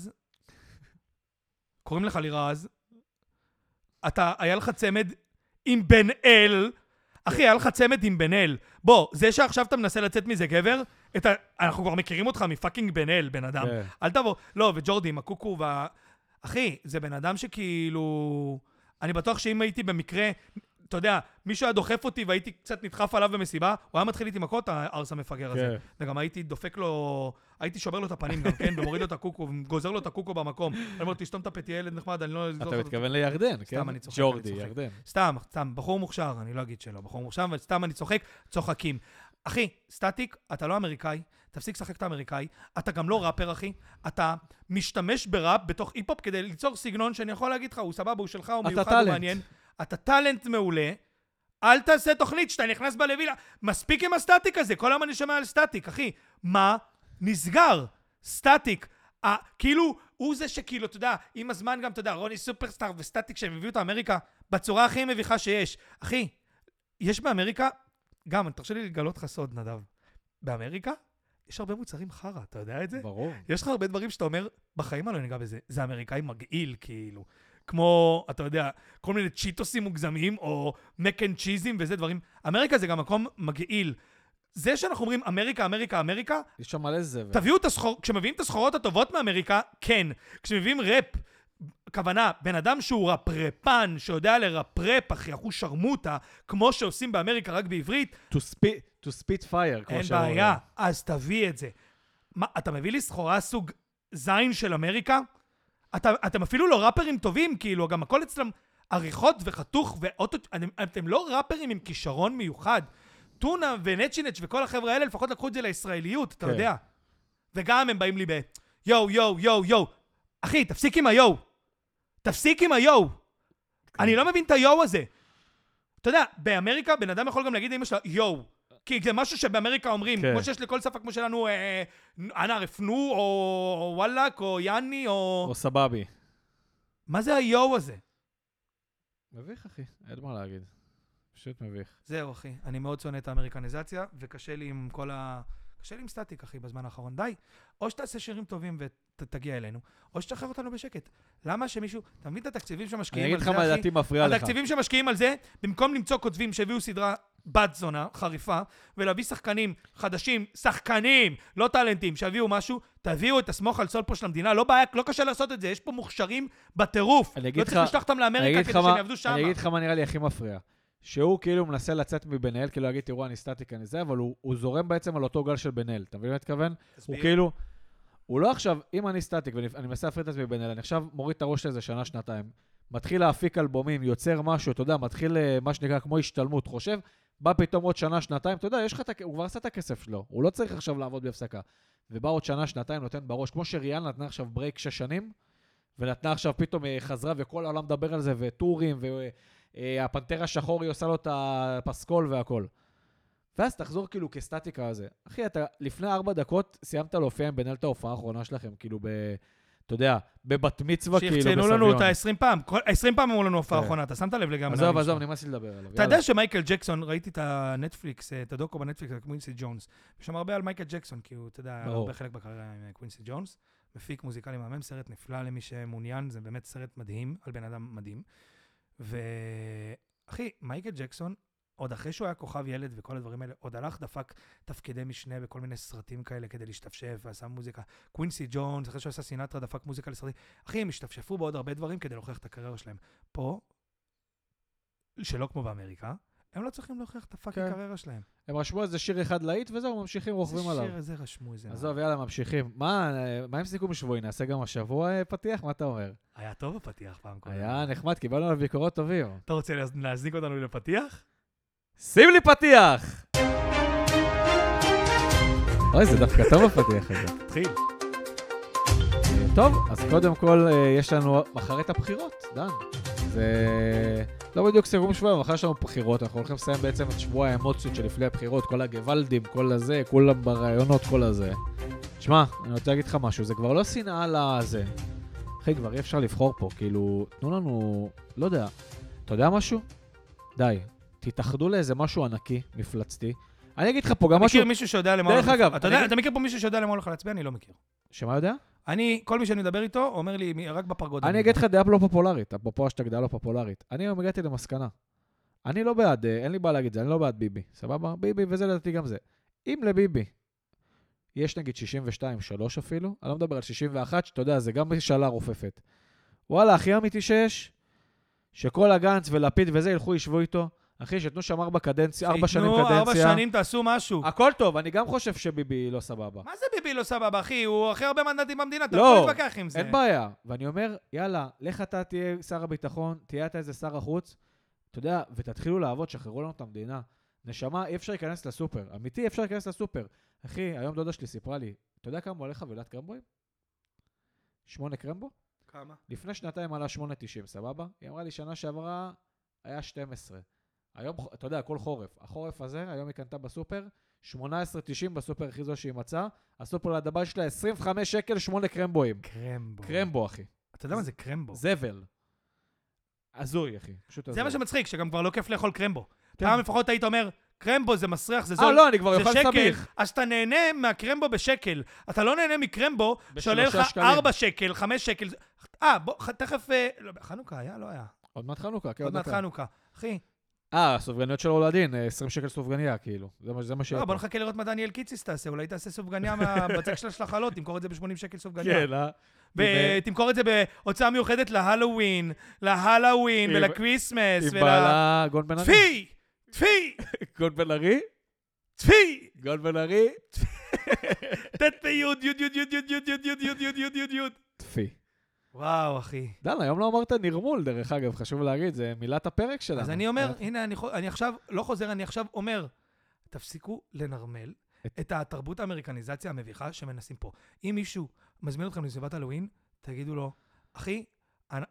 לירז. היה לך צמד עם בן אל. אחי, היה לך צמד עם בן אל. בוא, זה שעכשיו אתה מנסה לצאת מזה גבר, אנחנו כבר מכירים אותך מפאקינג בן אל, בן אדם. אל תבוא. לא, וג'ורדי עם הקוקו אחי, זה בן אדם שכאילו... אני בטוח שאם הייתי במקרה, אתה יודע, מישהו היה דוחף אותי והייתי קצת נדחף עליו במסיבה, הוא היה מתחיל איתי מכות, הארס המפגר הזה. וגם הייתי דופק לו, הייתי שובר לו את הפנים גם כן, ומוריד לו את הקוקו, וגוזר לו את הקוקו במקום. אני אומר, תשתום את הפתי, ילד נחמד, אני לא... אתה מתכוון לירדן, כן? סתם אני צוחק. ג'ורדי, ירדן. סתם, בחור מוכשר, אני לא אגיד שלא, בחור מוכשר, אבל סתם אני צוחק, צוחקים. אחי, סטטיק, אתה לא אמריקאי, תפסיק לשחק את האמריקאי, אתה גם לא ראפר, אחי, אתה משתמש בראפ בתוך היפ-הופ כדי ליצור סגנון שאני יכול להגיד לך, הוא סבבה, הוא שלך, הוא מיוחד, הוא מעניין. אתה טלנט מעולה, אל תעשה תוכנית שאתה נכנס בלווילה, מספיק עם הסטטיק הזה, כל היום אני שומע על סטטיק, אחי, מה נסגר? סטטיק, כאילו, הוא זה שכאילו, אתה יודע, עם הזמן גם, אתה יודע, רוני סופרסטאר וסטטיק שהם הביאו את האמריקה בצורה הכי מביכה שיש. אחי, יש באמריקה, גם, תרשה לי לגלות לך סוד, נדב. באמריקה, יש הרבה מוצרים חרה, אתה יודע את זה? ברור. יש לך הרבה דברים שאתה אומר, בחיים אני לא ניגע בזה. זה אמריקאי מגעיל, כאילו. כמו, אתה יודע, כל מיני צ'יטוסים מוגזמים, או מק אנד צ'יזים וזה דברים. אמריקה זה גם מקום מגעיל. זה שאנחנו אומרים אמריקה, אמריקה, אמריקה, יש שם מלא זבל. תביאו את כשמביאים את הסחורות הטובות מאמריקה, כן. כשמביאים ראפ, כוונה, בן אדם שהוא רפרפן, שיודע לרפרפ, אחי, אחו שרמוטה, כמו שעושים באמריקה רק בעברית. To spit fire, כמו אין בעיה, אז תביא את זה. מה, אתה מביא לי סחורה סוג זין של אמריקה? אתם אפילו לא ראפרים טובים, כאילו, גם הכל אצלם עריכות וחתוך, אתם לא ראפרים עם כישרון מיוחד. טונה ונצ'ינץ' וכל החבר'ה האלה, לפחות לקחו את זה לישראליות, אתה יודע. וגם הם באים לי יו. אחי, תפסיק עם היו. תפסיק עם היו. אני לא מבין את היו הזה. אתה יודע, באמריקה בן אדם יכול גם להגיד לאמא שלה, יו. כי זה משהו שבאמריקה אומרים, כמו שיש לכל שפה כמו שלנו, אנא רפנו, או וואלק, או יאני, או סבבי. מה זה היו הזה? מביך, אחי. אין מה להגיד. פשוט מביך. זהו, אחי. אני מאוד שונא את האמריקניזציה, וקשה לי עם קשה לי עם סטטיק, אחי, בזמן האחרון. די. או שתעשה שירים טובים ותגיע אלינו, או שתשחרר אותנו בשקט. למה שמישהו... אתה מבין את התקציבים שמשקיעים על זה, אחי? אני אגיד לך מה דעתי מפריע לך. התקציבים שמשקיעים על זה, במקום למצוא כותבים שהביאו סדרה בת זונה, חריפה, ולהביא שחקנים חדשים, שחקנים, לא טלנטים, שהביאו משהו, תביאו את הסמוך על סול פה של המדינה. לא בעיה, לא קשה לעשות את זה. יש פה מוכשרים בטירוף. לא צריך לשלוח אותם לאמריקה כדי שהם יעבדו שם. אני אגיד לך מה נראה לי הכי מפריע. שהוא כאילו מנסה לצאת מבן-אל, כאילו להגיד, תראו, אני סטטיק, אני זה, אבל הוא זורם בעצם על אותו גל של בן-אל. אתה מבין מה התכוון? הוא כאילו, הוא לא עכשיו, אם אני סטטיק ואני מנסה להפריד את עצמי מבן-אל, אני עכשיו מוריד את הראש לזה שנה, שנתיים, מתחיל להפיק אלבומים, יוצר משהו, אתה יודע, מתחיל מה שנקרא כמו השתלמות, חושב, בא פתאום עוד שנה, שנתיים, אתה יודע, הוא כבר עשה את הכסף שלו, הוא לא צריך עכשיו לעבוד בהפסקה. ובא עוד שנה, שנתיים, נותן בראש, כמו שריאן נתנה עכשיו ברייק 6 שנים, ונתנה עכשיו פתאום חזרה, וכל העולם מדבר על זה, וטורים, הפנתר השחור היא עושה לו את הפסקול והכל. ואז תחזור כאילו כסטטיקה הזה. אחי, אתה לפני 4 דקות סיימת להופיע עם בנהל את ההופעה האחרונה שלכם, כאילו אתה יודע, בבת מצווה כאילו בסביון. שיחצנו לנו אותה 20 פעם. 20 פעם אמרו לנו הופעה האחרונה, אתה שמת לב לגמרי. עזוב, נמאס לי לדבר עליו. אתה יודע שמייקל ג'קסון, ראיתי את הנטפליקס, את הדוקו בנטפליקס, על קווינסי ג'ונס. יש שם הרבה על מייקל ג'קסון, כי הוא, אתה יודע, הרבה חלק בקריירה עם קווינסי ג'ונס. מפיק מוזיקלי מהמם, סרט נפלא למי שמעוניין, זה באמת סרט מדהים, על בן אדם מדהים. ואחי, מייקל ג'קסון, עוד אחרי שהוא היה כוכב ילד וכל הדברים האלה, עוד הלך דפק תפקידי משנה בכל מיני סרטים כאלה כדי להשתפשף ועשה מוזיקה. קווינסי ג'ונס, אחרי שהוא עשה סינטרה, דפק מוזיקה לסרטים. אחי, הם השתפשפו בעוד הרבה דברים כדי להוכיח את הקריירה שלהם. פה, שלא כמו באמריקה, הם לא צריכים להוכיח את הפאקינג קריירה שלהם. הם רשמו איזה שיר אחד להיט וזהו, ממשיכים רוכבים עליו. איזה שיר הזה רשמו איזה... עזוב, יאללה, ממשיכים. מה עם סיכום שבועי? נעשה גם השבוע פתיח? מה אתה אומר? היה טוב הפתיח פעם קודם. היה נחמד, קיבלנו עליו ביקורות טובים. אתה רוצה להזניק אותנו לפתיח? שים לי פתיח! אוי, זה דווקא טוב הפתיח הזה. תתחיל. טוב, אז קודם כל יש לנו מחרת הבחירות, דן. זה לא בדיוק סיכום שבוע, מחר יש לנו בחירות, אנחנו הולכים לסיים בעצם את שבוע האמוציות שלפני הבחירות, כל הגוואלדים, כל הזה, כולם ברעיונות, כל הזה. תשמע, אני רוצה להגיד לך משהו, זה כבר לא שנאה לזה. אחי, כבר אי אפשר לבחור פה, כאילו, תנו לנו, לא יודע, אתה יודע משהו? די, תתאחדו לאיזה משהו ענקי, מפלצתי. אני אגיד לך פה גם משהו... אתה מכיר מישהו שיודע למה... דרך אגב... אתה מכיר פה מישהו שיודע למה הולך להצביע? אני לא מכיר. שמה יודע? כל מי שאני מדבר איתו, אומר לי, רק בפרגוד. אני אגיד לך דעה לא פופולרית, אפרופו השתק דעה לא פופולרית. אני היום הגעתי למסקנה. אני לא בעד, אין לי בעיה להגיד זה, אני לא בעד ביבי. סבבה? ביבי, וזה לדעתי גם זה. אם לביבי יש נגיד 62-3 אפילו, אני לא מדבר על 61, שאתה יודע, זה גם שאלה רופפת. וואלה, הכי אמיתי שיש, שכל הגנץ ולפיד וזה ילכו ישבו איתו, אחי, שתנו שם 4 שנים קדנציה. 4 שנים תעשו משהו. הכל טוב, אני גם חושב שביבי לא סבבה. מה זה ביבי לא סבבה, אחי? הוא הכי הרבה מנדטים במדינה, אתה לא מתווכח עם זה. אין בעיה. ואני אומר, יאללה, לך אתה תהיה שר הביטחון, תהיה אתה איזה שר החוץ, אתה יודע, ותתחילו לעבוד, שחררו לנו את המדינה. נשמה, אי אפשר להיכנס לסופר. אמיתי, אי אפשר להיכנס לסופר. אחי, היום דודה שלי סיפרה לי, אתה יודע כמה עולה חבילת קרמבויים? 8 קרמבו? כמה? לפני שנתיים עלה 8.90, סבבה? היא אמרה לי, שנה שעברה היה 12. היום, אתה יודע, כל חורף. החורף הזה, היום היא קנתה בסופר, 18.90 בסופר הכי זו שהיא מצאה. הסופר לדבר שלה 25 שקל, 8 קרמבויים. קרמבו, אחי. אתה יודע מה זה קרמבו? זבל. הזוי, אחי. פשוט הזוי. זה מה שמצחיק, שגם כבר לא כיף לאכול קרמבו. פעם לפחות היית אומר, קרמבו זה מסריח, זה זול. לא, אני כבר אוכל סמיך. אז אתה נהנה מהקרמבו בשקל. אתה לא נהנה מקרמבו שעולה לך 4 שקל, 5 שקל. בוא, תכף... חנוכה היה? לא היה. עוד מעט חנוכה, כן. עוד מעט חנוכה. אחי. הסופגניות של הולדין, 20 שקל סופגניה, כאילו. זה מה ש... בוא נחכה לראות מה דניאל קיציס תעשה. אולי תעשה סופגניה מהבצק של השלחלות, תמכור את זה ב-80 שקל סופגניה. כן, תמכור את זה בהוצאה מיוחדת להלווין, ולקריסמס. עם בעלה גון בן ארי. תפי! גון בן ארי? תפי! גון בן ארי? תת יוד. תפי. וואו, אחי. דן, היום לא אמרת נרמול, דרך אגב, חשוב להגיד, זה מילת הפרק שלנו. אז אני אומר, הנה, אני עכשיו, לא חוזר, אני עכשיו אומר, תפסיקו לנרמל את התרבות האמריקניזציה המביכה שמנסים פה. אם מישהו מזמין אתכם לסביבת הלווין, תגידו לו, אחי,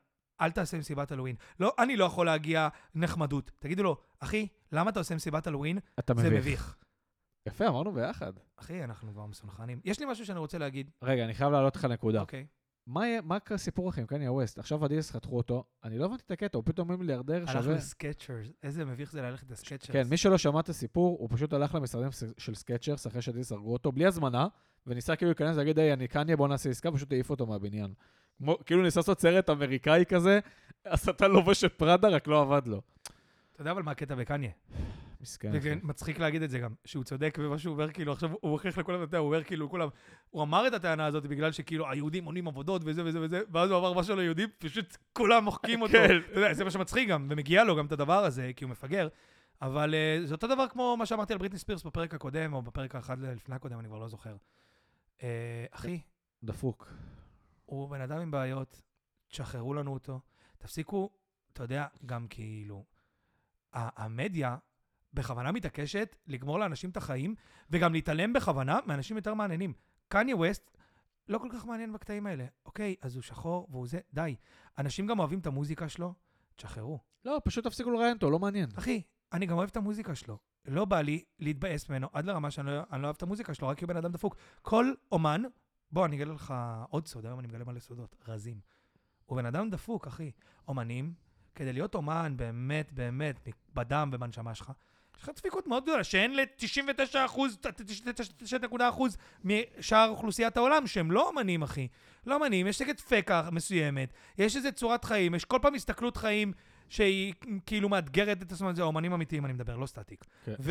אל תעשה מסיבת הלווין. לא, אני לא יכול להגיע נחמדות. תגידו לו, אחי, למה אתה עושה מסיבת הלווין? זה מביך. יפה, אמרנו ביחד. אחי, אנחנו כבר מסונכנים. יש לי משהו שאני רוצה להגיד. רגע, אני חייב להעלות לך נקודה. אוקיי. מה הסיפור לכם? קניה ווסט, עכשיו אדידס חתכו אותו, אני לא הבנתי את הקטע, הוא פתאום מיליארדר שווה... הלך לסקצ'רס, איזה מביך זה ללכת לסקצ'רס. כן, מי שלא שמע את הסיפור, הוא פשוט הלך למשרדים של סקצ'רס, אחרי שאדידס הרגו אותו, בלי הזמנה, וניסה כאילו להיכנס ולהגיד, היי, אני קניה, בוא נעשה עסקה, פשוט העיף אותו מהבניין. כאילו ניסה לעשות סרט אמריקאי כזה, השטן לובש את פרדה, רק לא עבד לו. אתה יודע אבל מה הקטע בקניה? מסכן. מצחיק להגיד את זה גם, שהוא צודק ומה שהוא אומר כאילו, עכשיו הוא הוכיח לכולם, הוא אומר כאילו, הוא אמר את הטענה הזאת בגלל שכאילו היהודים עונים עבודות וזה וזה וזה, ואז הוא אמר משהו ליהודים, פשוט כולם מוחקים אותו. אתה יודע, זה מה שמצחיק גם, ומגיע לו גם את הדבר הזה, כי הוא מפגר, אבל זה אותו דבר כמו מה שאמרתי על בריטני ספירס בפרק הקודם, או בפרק האחד לפני הקודם, אני כבר לא זוכר. אחי, דפוק. הוא בן אדם עם בעיות, תשחררו לנו אותו, תפסיקו, אתה יודע, גם כאילו, המדיה בכוונה מתעקשת לגמור לאנשים את החיים, וגם להתעלם בכוונה מאנשים יותר מעניינים. קניה ווסט לא כל כך מעניין בקטעים האלה. אוקיי, אז הוא שחור והוא זה, די. אנשים גם אוהבים את המוזיקה שלו, תשחררו. לא, פשוט תפסיקו לראיין אותו, לא מעניין. אחי, אני גם אוהב את המוזיקה שלו. לא בא לי להתבאס ממנו, עד לרמה שאני לא אוהב את המוזיקה שלו, רק כי הוא בן אדם דפוק. כל אומן, בוא, אני אגלה לך עוד סוד, היום אני מגלה מלא סודות, רזים. הוא בן אדם דפוק, אחי. אומנים, כדי להיות אומן באמת, באמת, בדם ובנשמה שלך, יש לך דפיקות מאוד גדולה, שאין ל-99%, 99.% משאר אוכלוסיית העולם, שהם לא אומנים, אחי. לא אומנים, יש תגת פקה מסוימת, יש איזו צורת חיים, יש כל פעם הסתכלות חיים שהיא כאילו מאתגרת את עצמם, זה האומנים אמיתיים, אני מדבר, לא סטטיק.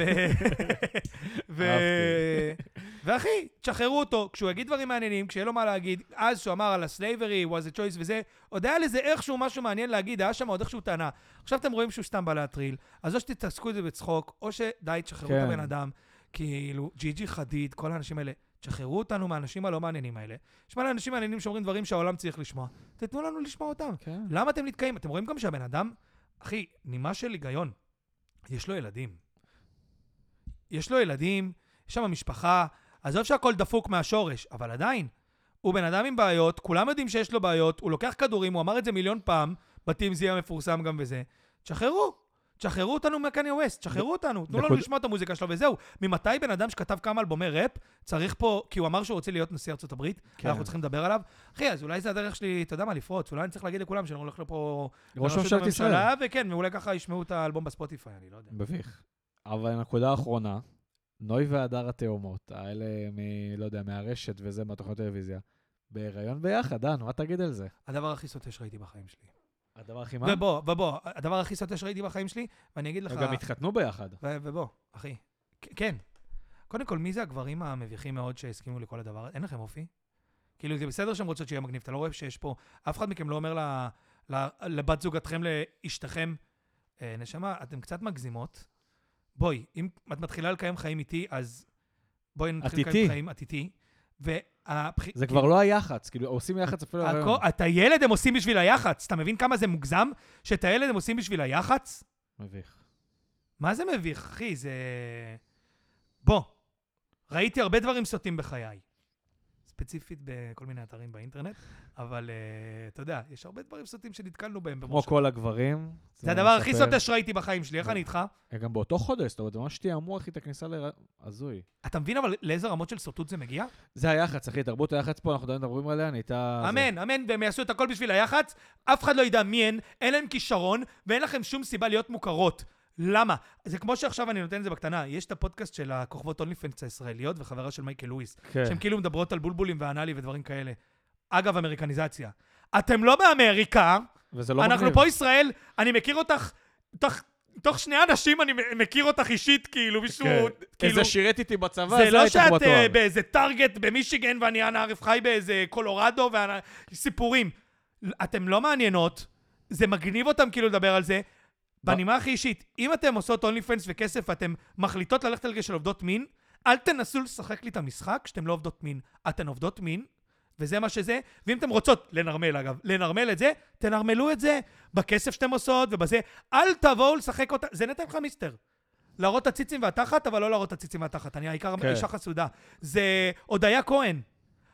ואחי, תשחררו אותו, כשהוא יגיד דברים מעניינים, כשיהיה לו מה להגיד, אז שהוא אמר על ה-slavery, was a choice וזה, עוד היה לזה איכשהו משהו מעניין להגיד, היה שם עוד איכשהו טענה. עכשיו אתם רואים שהוא סתם בא להטריל, אז או שתתעסקו את זה בצחוק, או שדי, תשחררו את הבן אדם, כאילו, ג'יג'י חדיד, כל האנשים האלה, תשחררו אותנו מהאנשים הלא מעניינים האלה. יש מלא אנשים מעניינים שאומרים דברים שהעולם צריך לשמוע. תתנו לנו לשמוע אותם. למה אתם נתקעים? אתם רואים גם שהבן אדם, אחי, נימה של היגיון. יש לו ילדים. יש שם משפחה, עזוב שהכל דפוק מהשורש, אבל עדיין, הוא בן אדם עם בעיות, כולם יודעים שיש לו בעיות, הוא לוקח כדורים, הוא אמר את זה מיליון פעם, בתים זה יהיה מפורסם גם וזה. תשחררו אותנו מקניה ווסט, תשחררו אותנו, תנו לנו לשמוע את המוזיקה שלו וזהו. ממתי בן אדם שכתב כמה אלבומי ראפ, צריך פה, כי הוא אמר שהוא רוצה להיות נשיא ארצות הברית, אנחנו צריכים לדבר עליו. אחי, אז אולי זה הדרך שלי, אתה יודע מה, לפרוץ, אולי אני צריך להגיד לכולם שאני הולך לפה ראש ממשלת ישראל. וכן, ואולי ככה ישמעו את האלבום בספוטיפיי, אני לא יודע. מביך. אבל הנקודה האחרונה, נוי והדר התאומות, האלה לא יודע, מהרשת וזה, מהתוכניות טלוויזיה, בהיריון ביחד, דן, מה תגיד על זה? הדבר הכי סוטה שראיתי בחיים שלי. הדבר הכי מה? ובוא, הדבר הכי סוטה שראיתי בחיים שלי, ואני אגיד לך... הם גם התחתנו ביחד. ובוא, אחי, כן. קודם כל, מי זה הגברים המביכים מאוד שהסכימו לכל הדבר? אין לכם אופי? כאילו, זה בסדר שהם רוצות שיהיה מגניב, אתה לא רואה שיש פה... אף אחד מכם לא אומר לבת זוגתכם, לאשתכם, נשמה, אתם קצת מגזימות. בואי, אם את מתחילה לקיים חיים איתי, אז בואי נתחיל לקיים חיים איתי. זה כבר לא היחץ, כאילו עושים יחץ אפילו הרעיון. את הילד הם עושים בשביל היחץ, אתה מבין כמה זה מוגזם? שאת הילד הם עושים בשביל היחץ? מביך. מה זה מביך, אחי? זה... בוא, ראיתי הרבה דברים סוטים בחיי. ספציפית בכל מיני אתרים באינטרנט, אבל אתה יודע, יש הרבה דברים סוטים שנתקלנו בהם. כמו כל הגברים. זה הדבר הכי סוטה שראיתי בחיים שלי, איך אני איתך? גם באותו חודש, זאת אומרת, ממש תיאמו אחי את הכניסה להזוי. אתה מבין אבל לאיזה רמות של סוטות זה מגיע? זה היחץ, אחי, תרבות היחץ פה, אנחנו מדברים עליה, נהייתה... אמן, והם יעשו את הכל בשביל היחץ, אף אחד לא ידע מי הן, אין להם כישרון, ואין לכם שום סיבה להיות מוכרות. למה? זה כמו שעכשיו אני נותן את זה בקטנה, יש את הפודקאסט של הכוכבות אונליפנס הישראליות וחברה של מייקל לואיס, שהן כאילו מדברות על בולבולים ואנלי ודברים כאלה. אגב, אמריקניזציה. אתם לא באמריקה, אנחנו פה ישראל, אני מכיר אותך, תוך שני אנשים אני מכיר אותך אישית, כאילו מישהו... איזה שירת איתי בצבא, זה לא שאת באיזה טארגט במישיגן ואני אנה ערף חי באיזה קולורדו וסיפורים. אתם לא מעניינות, זה מגניב אותם כאילו לדבר על זה, בנימה הכי אישית, אם אתם עושות אונליפנס וכסף ואתם מחליטות ללכת על של עובדות מין, אל תנסו לשחק לי את המשחק שאתם לא עובדות מין. אתן עובדות מין, וזה מה שזה, ואם אתם רוצות לנרמל אגב, לנרמל את זה, תנרמלו את זה בכסף שאתם עושות ובזה, אל תבואו לשחק אותה, זה נתן לך מיסטר. להראות את הציצים והתחת, אבל לא להראות את הציצים והתחת, אני העיקר אישה חסודה. זה הודיה כהן.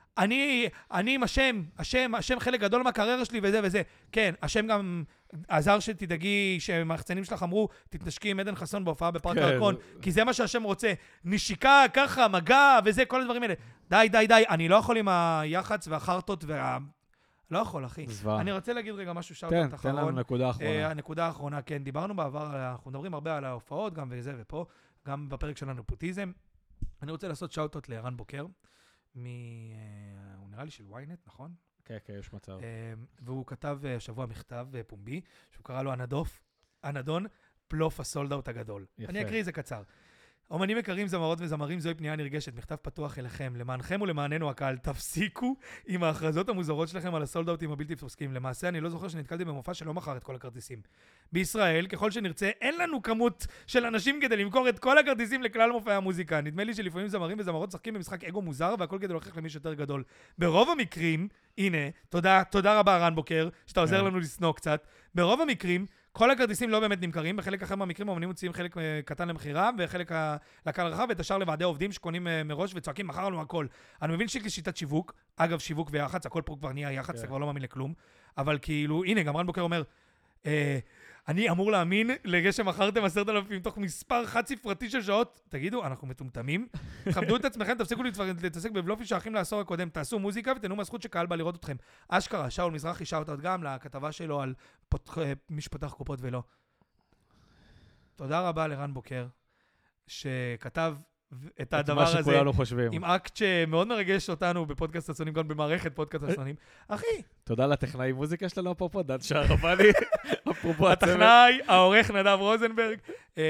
אני עם השם חלק גדול מהקריירה שלי וזה וזה. כן, השם גם עזר שתדאגי, שמחצנים שלך אמרו, תתנשקי עם עדן חסון בהופעה בפארק הירקון, כי זה מה שהשם רוצה. נשיקה, ככה, מגע וזה, כל הדברים האלה. די, אני לא יכול עם היחץ והחרטות לא יכול, אחי. אני רוצה להגיד רגע משהו שאוט אחרון. תן לנו נקודה אחרונה. הנקודה האחרונה, כן, דיברנו בעבר, אנחנו מדברים הרבה על ההופעות, גם וזה ופה, גם בפרק שלנו פוטיזם. אני רוצה לעשות שאוט לערן בוקר, הוא נראה לי של וויינט, נכון? כן, יש מצב. והוא כתב שבוע מכתב פומבי, שהוא קרא לו הנדון, פלוף הסולד-אוט הגדול. אני אקריא את זה קצר. אומנים יקרים, זמרות וזמרים, זוהי פנייה נרגשת, מכתב פתוח אליכם, למענכם ולמעננו הקהל, תפסיקו עם ההכרזות המוזרות שלכם על הסולד-אוטים הבלתי פוסקים. למעשה, אני לא זוכר שנתקלתי במופע שלא מכר את כל הכרטיסים. בישראל, ככל שנרצה, אין לנו כמות של אנשים כדי למכור את כל הכרטיסים לכלל מופעי המוזיקה. נדמה לי שלפעמים זמרים וזמרות שחקים במשחק אגו מוזר, והכל כדי להוכיח למי שיותר גדול. ברוב המקרים, הנה, תודה רבה רן בוקר, שאתה עוזר לנו לסנוע קצת. ברוב המקרים, כל הכרטיסים לא באמת נמכרים, בחלק אחר מהמקרים האמנים מוציאים חלק קטן למחירה, וחלק לקהל רחב, ואת השאר לוועדי עובדים שקונים מראש וצועקים, מכר לנו הכל. אני מבין שיש לי שיטת שיווק, אגב, שיווק ויחץ, הכל פה כבר נהיה יחץ, אתה כבר לא מאמין לכלום, אבל כאילו, הנה, גם רן בוקר אומר, אני אמור להאמין לרגע שמכרתם 10,000 תוך מספר חד ספרתי של שעות. תגידו, אנחנו מטומטמים. תכבדו את עצמכם, תפסיקו להתעסק בבלופי שהאחים לעשור הקודם. תעשו מוזיקה ותנו מהזכות שקהל בא לראות אתכם. אשכרה, שאול מזרחי שאוט עוד גם לכתבה שלו על מי שפתח קופות ולא. תודה רבה לרן בוקר, שכתב את הדבר הזה, שכולנו חושבים. עם אקט שמאוד מרגש אותנו בפודקאסט הסונים, גם במערכת פודקאסט הסונים. אחי. תודה לטכנאי מוזיקה שלנו, אפרופו, דן שערבני. הטכנאי, העורך נדב רוזנברג.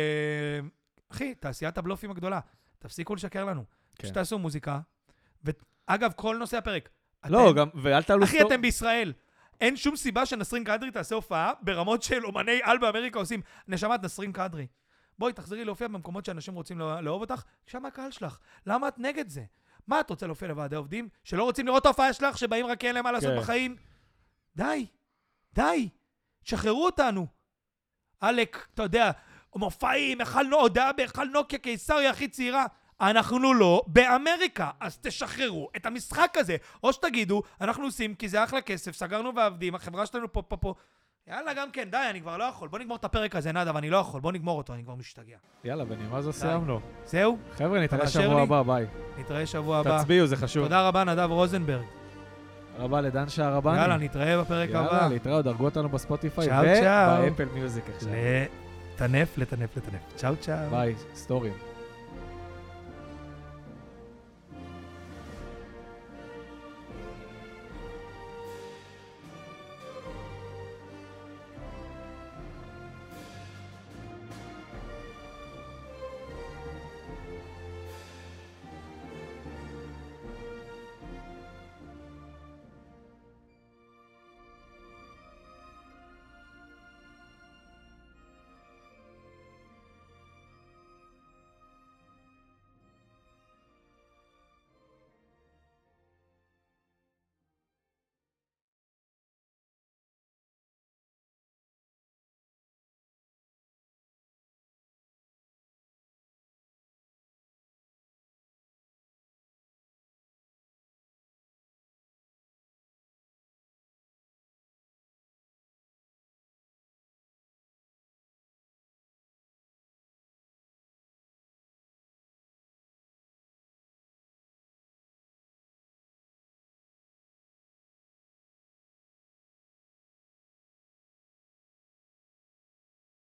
אחי, תעשיית הבלופים הגדולה. תפסיקו לשקר לנו. שתעשו מוזיקה. ואגב, כל נושא הפרק. לא, גם, ואל תעלו אחי, אתם בישראל. אין שום סיבה שנסרין קדרי תעשה הופעה ברמות של אומני על באמריקה עושים. נשמת נסרין קדרי. בואי, תחזרי להופיע במקומות שאנשים רוצים לאהוב אותך, שם הקהל שלך. למה את נגד זה? מה את רוצה להופיע לוועדי עובדים? שלא רוצים לראות את ההופעה שלך, שבאים רק אין להם מה לעשות בחיים? די. שחררו אותנו. אלק, אתה יודע, מופעים, אכל נוקיה קיסריה הכי צעירה. אנחנו לא באמריקה, אז תשחררו את המשחק הזה. או שתגידו, אנחנו עושים כי זה אחלה כסף, סגרנו ועבדים, החברה שלנו פה. יאללה, גם כן, די, אני כבר לא יכול. בוא נגמור את הפרק הזה, נדב, אני לא יכול. בוא נגמור אותו, אני כבר משתגע. יאללה, בנימה זו סיימנו. זהו? חבר'ה, נתראה שבוע הבא, ביי. נתראה שבוע הבא. תצביעו, זה חשוב. תודה רבה, נדב רוזנברג. רבה לדן שערבני. יאללה, נתראה בפרק הבא. יאללה, להתראה, דרגו אותנו בספוטיפיי צ'או. ובאפל מיוזיק עכשיו. לטנף. צ'או. ביי, סטורים.